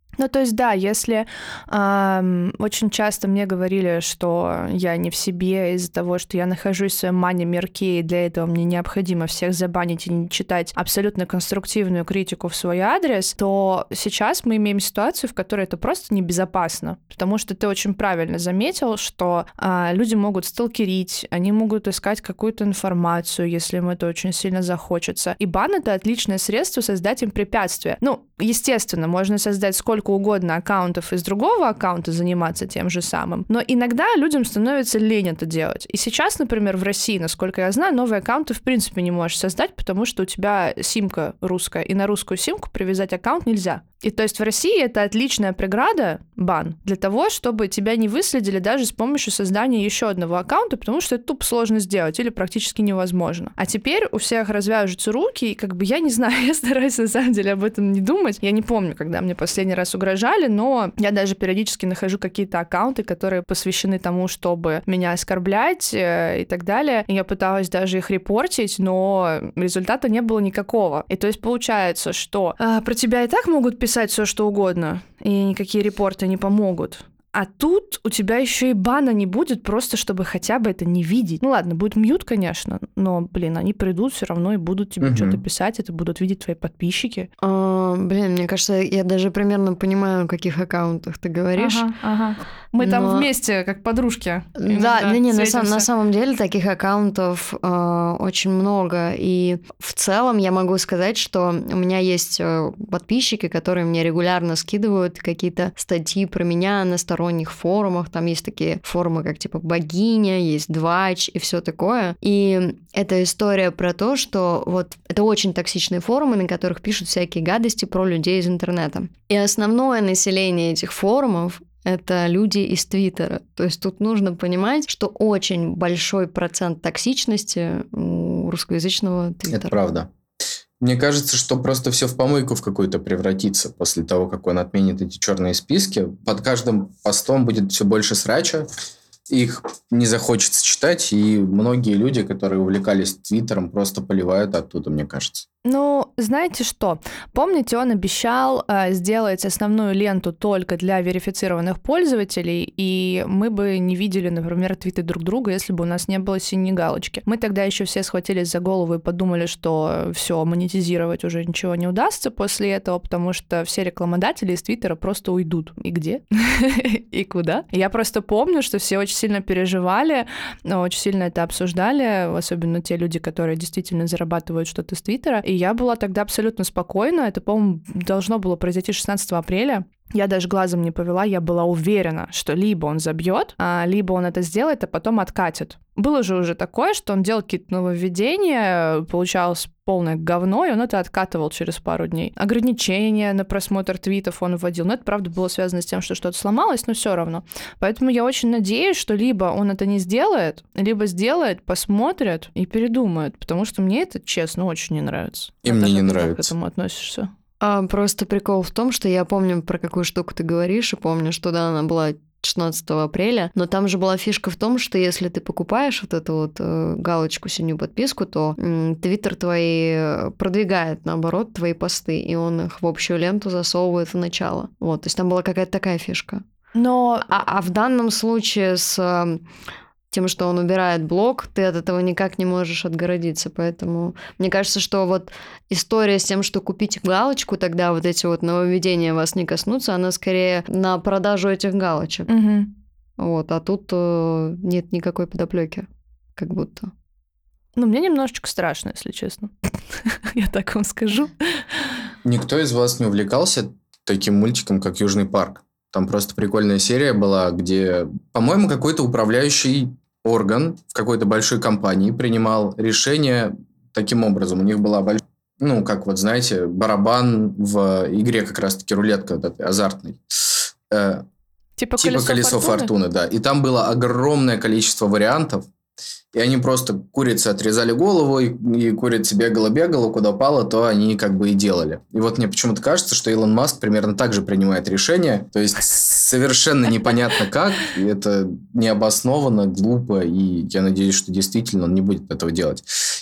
Ну, то есть, да, если э, очень часто мне говорили, что я не в себе из-за того, что я нахожусь в своем мане-мирке, и для этого мне необходимо всех забанить и не читать абсолютно конструктивную критику в свой адрес, то сейчас мы имеем ситуацию, в которой это просто небезопасно, потому что ты очень правильно заметил, что э, люди могут сталкерить, они могут искать какую-то информацию, если им это очень сильно захочется. И бан — это отличное средство создать им препятствия. Ну, естественно, можно создать сколько угодно аккаунтов из другого аккаунта, заниматься тем же самым. Но иногда людям становится лень это делать. И сейчас, например, в России, насколько я знаю, новые аккаунты в принципе не можешь создать, потому что у тебя симка русская, и на русскую симку привязать аккаунт нельзя. И то есть в России это отличная преграда, бан, для того, чтобы тебя не выследили даже с помощью создания еще одного аккаунта, потому что это тупо сложно сделать или практически невозможно. А теперь у всех развяжутся руки, и как бы я не знаю, я стараюсь на самом деле об этом не думать. Я не помню, когда мне последний раз угрожали, но я даже периодически нахожу какие-то аккаунты, которые посвящены тому, чтобы меня оскорблять и так далее. И я пыталась даже их репортить, но результата не было никакого. И то есть получается, что э, про тебя и так могут писать писать все, что угодно, и никакие репорты не помогут. А тут у тебя еще и бана не будет, просто чтобы хотя бы это не видеть. Ну ладно, будет мьют, конечно, но, блин, они придут все равно и будут тебе угу. что-то писать, это будут видеть твои подписчики. А, блин, мне кажется, я даже примерно понимаю, о каких аккаунтах ты говоришь. Ага, ага. Мы но... там вместе, как подружки. Да, не, не, на, сам, на самом деле таких аккаунтов э, очень много. И в целом я могу сказать, что у меня есть подписчики, которые мне регулярно скидывают какие-то статьи про меня на сторонних форумах. Там есть такие форумы, как типа «Богиня», есть «Двач» и все такое. И это история про то, что вот это очень токсичные форумы, на которых пишут всякие гадости про людей из интернета. И основное население этих форумов — это люди из Твиттера. То есть тут нужно понимать, что очень большой процент токсичности у русскоязычного Твиттера. Это правда. Мне кажется, что просто все в помойку в какую-то превратится после того, как он отменит эти черные списки. Под каждым постом будет все больше срача. Их не захочется читать, и многие люди, которые увлекались Твиттером, просто поливают оттуда, мне кажется. Ну, знаете что? Помните, он обещал э, сделать основную ленту только для верифицированных пользователей, и мы бы не видели, например, твиты друг друга, если бы у нас не было синей галочки. Мы тогда еще все схватились за голову и подумали, что все, монетизировать уже ничего не удастся после этого, потому что все рекламодатели из Твиттера просто уйдут. И где? И куда? Я просто помню, что все очень сильно переживали, очень сильно это обсуждали, особенно те люди, которые действительно зарабатывают что-то с Твиттера. И я была тогда абсолютно спокойна. Это, по-моему, должно было произойти шестнадцатого апреля. Я даже глазом не повела, я была уверена, что либо он забьет, либо он это сделает, а потом откатит. Было же уже такое, что он делал какие-то нововведения, получалось полное говно, и он это откатывал через пару дней. Ограничения на просмотр твитов он вводил, но это, правда, было связано с тем, что что-то сломалось, но все равно. Поэтому я очень надеюсь, что либо он это не сделает, либо сделает, посмотрит и передумает, потому что мне это, честно, очень не нравится. И мне не нравится. Как ты к этому относишься? А, просто прикол в том, что я помню, про какую штуку ты говоришь, и помню, что да, она была шестнадцатого апреля, но там же была фишка в том, что если ты покупаешь вот эту вот э, галочку, синюю подписку, то Твиттер твои продвигает, наоборот, твои посты, и он их в общую ленту засовывает в начало. Вот, то есть там была какая-то такая фишка. Но... А, а в данном случае с... тем, что он убирает блок, ты от этого никак не можешь отгородиться. Поэтому мне кажется, что вот история с тем, что купите галочку, тогда вот эти вот нововведения вас не коснутся, она скорее на продажу этих галочек. Угу. Вот, а тут э, нет никакой подоплеки, как будто. Ну, мне немножечко страшно, если честно. Я так вам скажу. Никто из вас не увлекался таким мультиком, как «Южный парк»? Там просто прикольная серия была, где, по-моему, какой-то управляющий орган в какой-то большой компании принимал решение таким образом. У них была большая, ну, как вот, знаете, барабан в игре как раз-таки рулетка вот этой азартной. Э, типа, типа колесо, колесо фортуны? фортуны, да. И там было огромное количество вариантов. И они просто курице отрезали голову, и, и курица бегала-бегала, куда пала, то они как бы и делали. И вот мне почему-то кажется, что Илон Маск примерно так же принимает решения. То есть совершенно непонятно как, и это необоснованно, глупо, и я надеюсь, что действительно он не будет этого делать.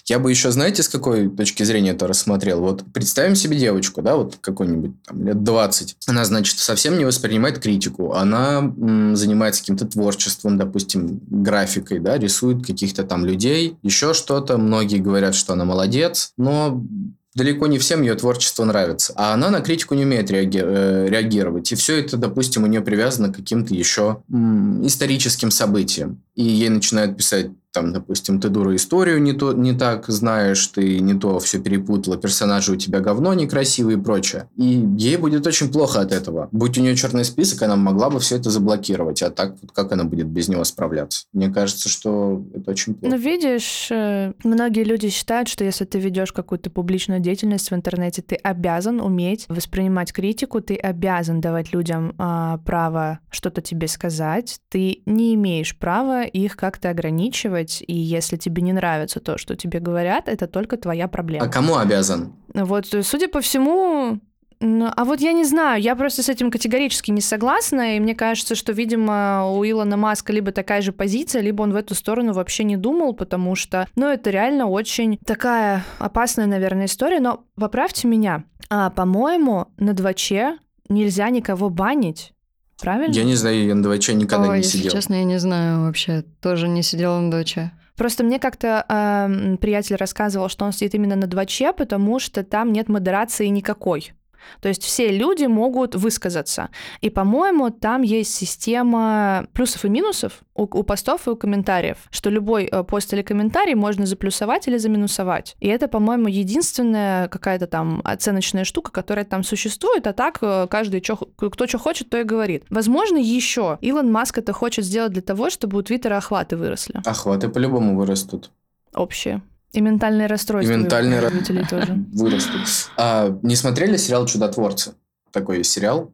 Я бы еще, знаете, с какой точки зрения это рассмотрел? Вот представим себе девочку, да, вот какой-нибудь там лет двадцать. Она, значит, совсем не воспринимает критику. Она м, занимается каким-то творчеством, допустим, графикой, да, рисует каких-то там людей, еще что-то. Многие говорят, что она молодец, но далеко не всем ее творчество нравится. А она на критику не умеет реаги- э, реагировать. И все это, допустим, у нее привязано к каким-то еще м, историческим событиям. И ей начинают писать, там, допустим, ты, дура, историю не, то, не так знаешь, ты не то все перепутала, персонажи у тебя говно некрасивые и прочее. И ей будет очень плохо от этого. Будь у нее черный список, она могла бы все это заблокировать. А так, вот как она будет без него справляться? Мне кажется, что это очень плохо. Ну, видишь, э, многие люди считают, что если ты ведешь какую-то публичную деятельность в интернете, ты обязан уметь воспринимать критику, ты обязан давать людям э, право что-то тебе сказать, ты не имеешь права их как-то ограничивать, и если тебе не нравится то, что тебе говорят, это только твоя проблема. А кому обязан? Вот, судя по всему... Ну, а вот я не знаю, я просто с этим категорически не согласна, и мне кажется, что, видимо, у Илона Маска либо такая же позиция, либо он в эту сторону вообще не думал, потому что, ну, это реально очень такая опасная, наверное, история, но поправьте меня, а, по-моему, на дваче нельзя никого банить, правильно? Я не знаю, я на дваче никогда Ой, не если сидел. честно, я не знаю вообще. Тоже не сидела на дваче. Просто мне как-то э, приятель рассказывал, что он сидит именно на дваче, потому что там нет модерации никакой. То есть все люди могут высказаться. И, по-моему, там есть система плюсов и минусов у, у постов и у комментариев, что любой э, пост или комментарий можно заплюсовать или заминусовать. И это, по-моему, единственная какая-то там оценочная штука, которая там существует, а так э, каждый, чё, кто что хочет, то и говорит. Возможно, еще Илон Маск это хочет сделать для того, чтобы у Твиттера охваты выросли. Охваты по-любому вырастут. Общие. И ментальные расстройства. И ментальные у пользователей тоже. Вырастут. А, не смотрели сериал «Чудотворцы»? Такой есть сериал.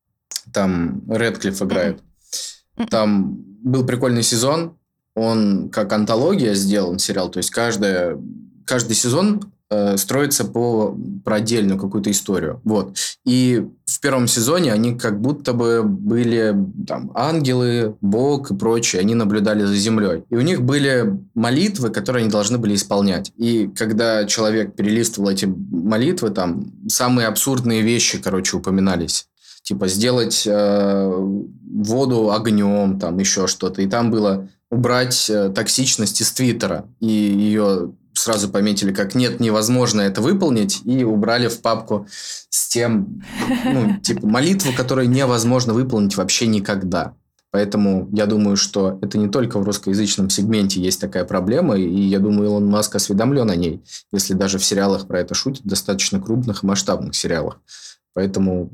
Там Рэдклифф играет. Там был прикольный сезон. Он как антология сделан, сериал. То есть каждая, каждый сезон э, строится по, про отдельную какую-то историю. Вот. И в первом сезоне они как будто бы были там ангелы, Бог и прочее. Они наблюдали за землей. И у них были молитвы, которые они должны были исполнять. И когда человек перелистывал эти молитвы, там самые абсурдные вещи, короче, упоминались. Типа сделать э, воду огнем, там еще что-то. И там было убрать э, токсичность из Твиттера. И ее сразу пометили как нет, невозможно это выполнить. И убрали в папку с тем, ну, типа молитву, которую невозможно выполнить вообще никогда. Поэтому я думаю, что это не только в русскоязычном сегменте есть такая проблема. И я думаю, Илон Маск осведомлен о ней. Если даже в сериалах про это шутят, достаточно крупных и масштабных сериалах. Поэтому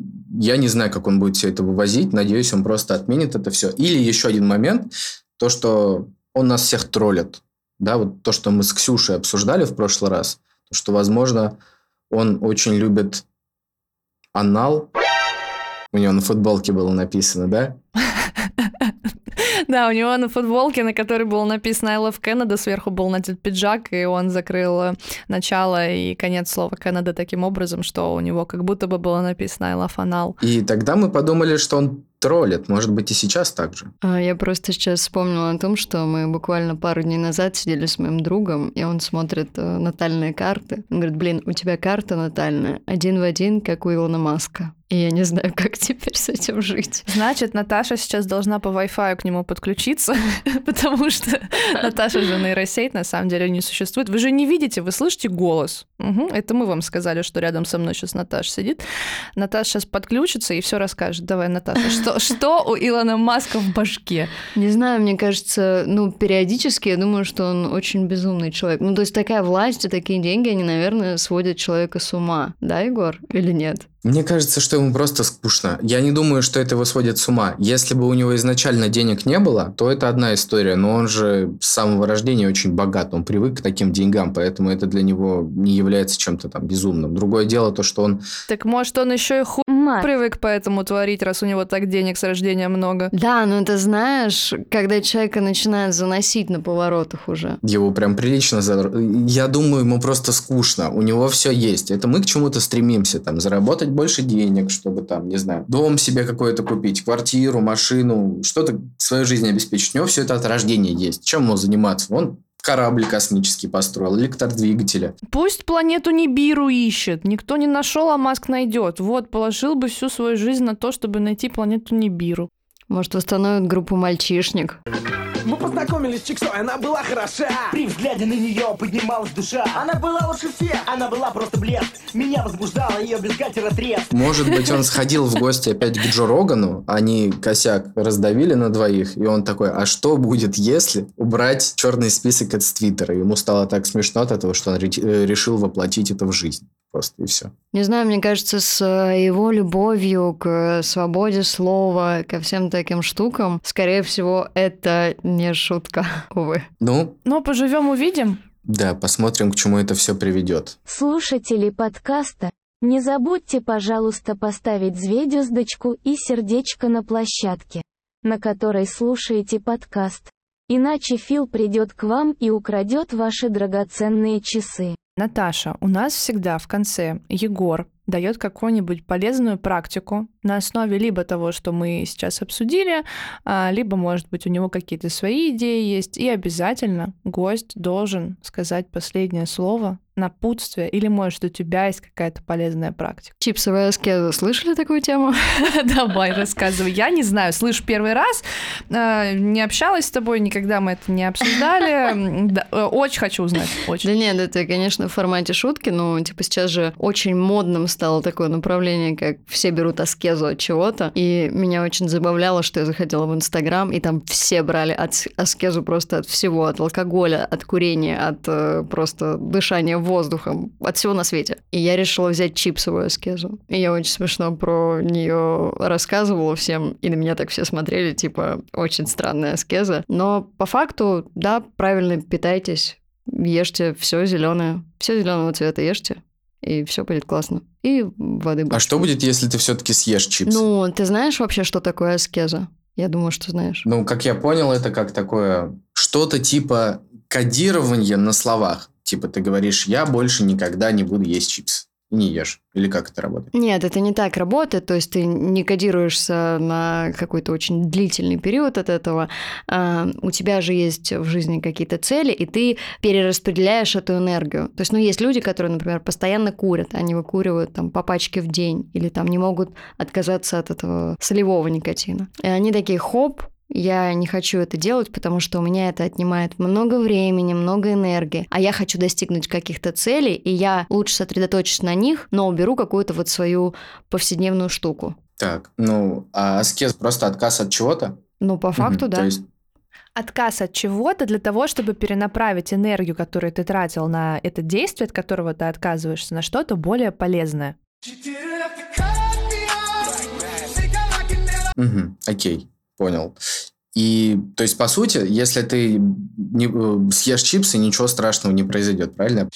я не знаю, как он будет все это вывозить. Надеюсь, он просто отменит это все. Или еще один момент. То, что он нас всех троллит. Да, вот то, что мы с Ксюшей обсуждали в прошлый раз. Что, возможно, он очень любит анал. У него на футболке было написано, да? Да, у него на футболке, на которой было написано I love Canada, сверху был надет пиджак, и он закрыл начало и конец слова Canada таким образом, что у него как будто бы было написано I love anal. И тогда мы подумали, что он троллит. Может быть, и сейчас так же. Я просто сейчас вспомнила о том, что мы буквально пару дней назад сидели с моим другом, и он смотрит э, натальные карты. Он говорит, блин, у тебя карта натальная один в один, как у Илона Маска. И я не знаю, как теперь с этим жить. Значит, Наташа сейчас должна по Wi-Fi к нему подключиться, потому что Наташа же нейросеть на самом деле не существует. Вы же не видите, вы слышите голос. Угу, это мы вам сказали, что рядом со мной сейчас Наташа сидит. Наташа сейчас подключится и все расскажет. Давай, Наташа, что, что у Илона Маска в башке? Не знаю, мне кажется, ну, периодически я думаю, что он очень безумный человек. Ну, то есть такая власть и такие деньги, они, наверное, сводят человека с ума. Да, Егор? Или нет? Мне кажется, что ему просто скучно. Я не думаю, что это его сводит с ума. Если бы у него изначально денег не было, то это одна история. Но он же с самого рождения очень богат. Он привык к таким деньгам, поэтому это для него не является чем-то там безумным. Другое дело то, что он... Так может, он еще и хуй Мат. привык поэтому творить, раз у него так денег с рождения много. Да, но ты знаешь, когда человека начинают заносить на поворотах уже. Его прям прилично... За... Я думаю, ему просто скучно. У него все есть. Это мы к чему-то стремимся. Там, заработать больше денег, чтобы там, не знаю, дом себе какой-то купить, квартиру, машину, что-то свою жизнь обеспечить. У него все это от рождения есть. Чем ему заниматься? Он корабль космический построил, электр двигателя. Пусть планету Нибиру ищет. Никто не нашел, а Маск найдет. Вот, положил бы всю свою жизнь на то, чтобы найти планету Нибиру. Может, восстановят группу «Мальчишник». Мы познакомились с Чиксой, она была хороша. При взгляде на нее поднималась душа. Она была лучше всех, она была просто блеск. Меня возбуждала ее бюстгальтера треск. Может быть, он сходил в гости опять к Джо Рогану, они косяк раздавили на двоих, и он такой, а что будет, если убрать черный список от Твиттера? Ему стало так смешно от этого, что он решил воплотить это в жизнь. Просто и все. Не знаю, мне кажется, с его любовью к свободе слова, ко всем таким штукам, скорее всего, это не шутка, увы. Ну? Но поживем, увидим. Да, посмотрим, к чему это все приведет. Слушатели подкаста, не забудьте, пожалуйста, поставить звездочку и сердечко на площадке, на которой слушаете подкаст. Иначе Фил придет к вам и украдет ваши драгоценные часы. Наташа, у нас всегда в конце Егор дает какую-нибудь полезную практику на основе либо того, что мы сейчас обсудили, либо, может быть, у него какие-то свои идеи есть, и обязательно гость должен сказать последнее слово, напутствие, или, может, у тебя есть какая-то полезная практика. Чипсовая аскеза. Слышали такую тему? Давай, рассказывай. Я не знаю, слышу первый раз, не общалась с тобой, никогда мы это не обсуждали. Очень хочу узнать. Очень. Да нет, это, конечно, в формате шутки, но типа сейчас же очень модным стало такое направление, как все берут аскезу от чего-то, и меня очень забавляло, что я заходила в Инстаграм, и там все брали аскезу просто от всего, от алкоголя, от курения, от просто дышания воздухом, от всего на свете. И я решила взять чипсовую аскезу. И я очень смешно про нее рассказывала всем, и на меня так все смотрели, типа, очень странная аскеза. Но по факту, да, правильно питайтесь, ешьте все зеленое, все зеленого цвета ешьте, и все будет классно. И воды больше. А что будет, если ты все-таки съешь чипсы? Ну, ты знаешь вообще, что такое аскеза? Я думаю, что знаешь. Ну, как я понял, это как такое что-то типа кодирование на словах. Типа ты говоришь, я больше никогда не буду есть чипсы. И не ешь. Или как это работает? Нет, это не так работает. То есть ты не кодируешься на какой-то очень длительный период от этого. А, у тебя же есть в жизни какие-то цели, и ты перераспределяешь эту энергию. То есть, ну, есть люди, которые, например, постоянно курят. Они выкуривают там по пачке в день. Или там не могут отказаться от этого солевого никотина. И они такие, хоп, я не хочу это делать, потому что у меня это отнимает много времени, много энергии, а я хочу достигнуть каких-то целей, и я лучше сосредоточусь на них, но уберу какую-то вот свою повседневную штуку. Так, ну, а аскез просто отказ от чего-то? Ну, по факту, угу, да. То есть... Отказ от чего-то для того, чтобы перенаправить энергию, которую ты тратил на это действие, от которого ты отказываешься, на что-то более полезное. Угу, окей. Понял. И, то есть, по сути, если ты не, съешь чипсы, ничего страшного не произойдет, правильно?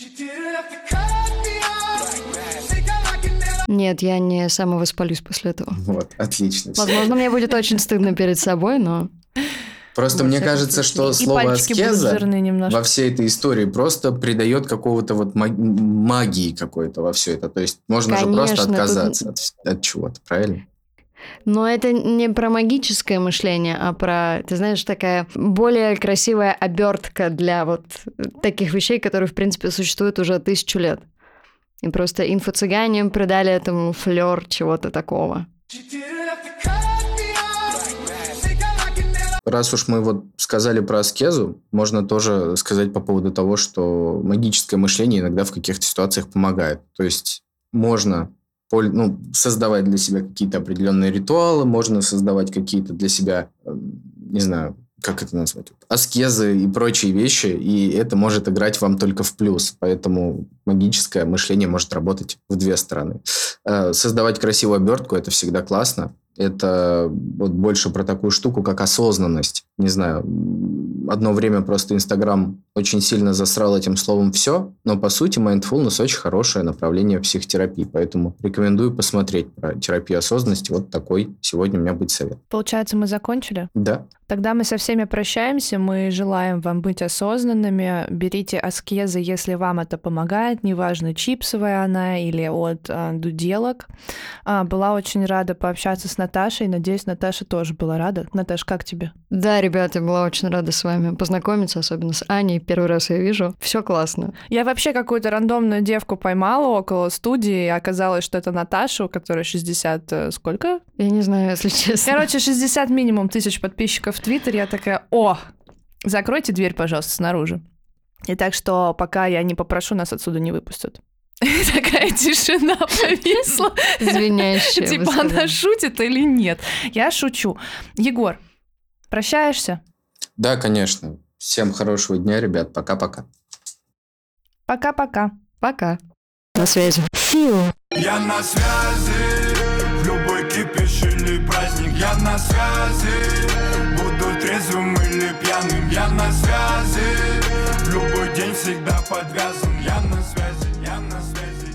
Нет, я не самовоспалюсь после этого. Вот, отлично. Возможно, мне будет очень стыдно перед собой, но... Просто мне кажется, что слово «аскеза» во всей этой истории просто придает какого-то вот магии какой-то во все это. То есть, можно же просто отказаться от, от чего-то, правильно? Но это не про магическое мышление, а про, ты знаешь, такая более красивая обертка для вот таких вещей, которые, в принципе, существуют уже тысячу лет. И просто инфо-цыгане придали этому флёр чего-то такого. Раз уж мы вот сказали про аскезу, можно тоже сказать по поводу того, что магическое мышление иногда в каких-то ситуациях помогает. То есть можно... Ну, создавать для себя какие-то определенные ритуалы, можно создавать какие-то для себя, не знаю, как это назвать, аскезы и прочие вещи, и это может играть вам только в плюс. Поэтому магическое мышление может работать в две стороны. Создавать красивую обертку – это всегда классно. Это вот больше про такую штуку, как осознанность. Не знаю, одно время просто Инстаграм очень сильно засрал этим словом все, но по сути mindfulness очень хорошее направление в психотерапии, поэтому рекомендую посмотреть про терапию осознанности. Вот такой сегодня у меня будет совет. Получается, мы закончили? Да. Тогда мы со всеми прощаемся. Мы желаем вам быть осознанными. Берите аскезы, если вам это помогает. Неважно, чипсовая она или от а, дуделок. А, была очень рада пообщаться с Наташей. Надеюсь, Наташа тоже была рада. Наташ, как тебе? Да, ребята, я была очень рада с вами познакомиться, особенно с Аней. Первый раз я вижу. Все классно. Я вообще какую-то рандомную девку поймала около студии, и оказалось, что это Наташа, у которой шестьдесят... Сколько? Я не знаю, если честно. Короче, шестьдесят минимум тысяч подписчиков в Твиттере. Я такая: о, закройте дверь, пожалуйста, снаружи. И так что пока я не попрошу, нас отсюда не выпустят. Такая тишина повисла. Звенящая. Типа, она шутит или нет? Я шучу. Егор, прощаешься? Да, конечно. Всем хорошего дня, ребят. Пока-пока. Пока-пока. Пока. На связи. Фил. Я на связи, в любой кипиш или праздник. Я на связи, буду трезвым или пьяным. Я на связи, в любой день всегда подвязан. Я на связи, я на связи.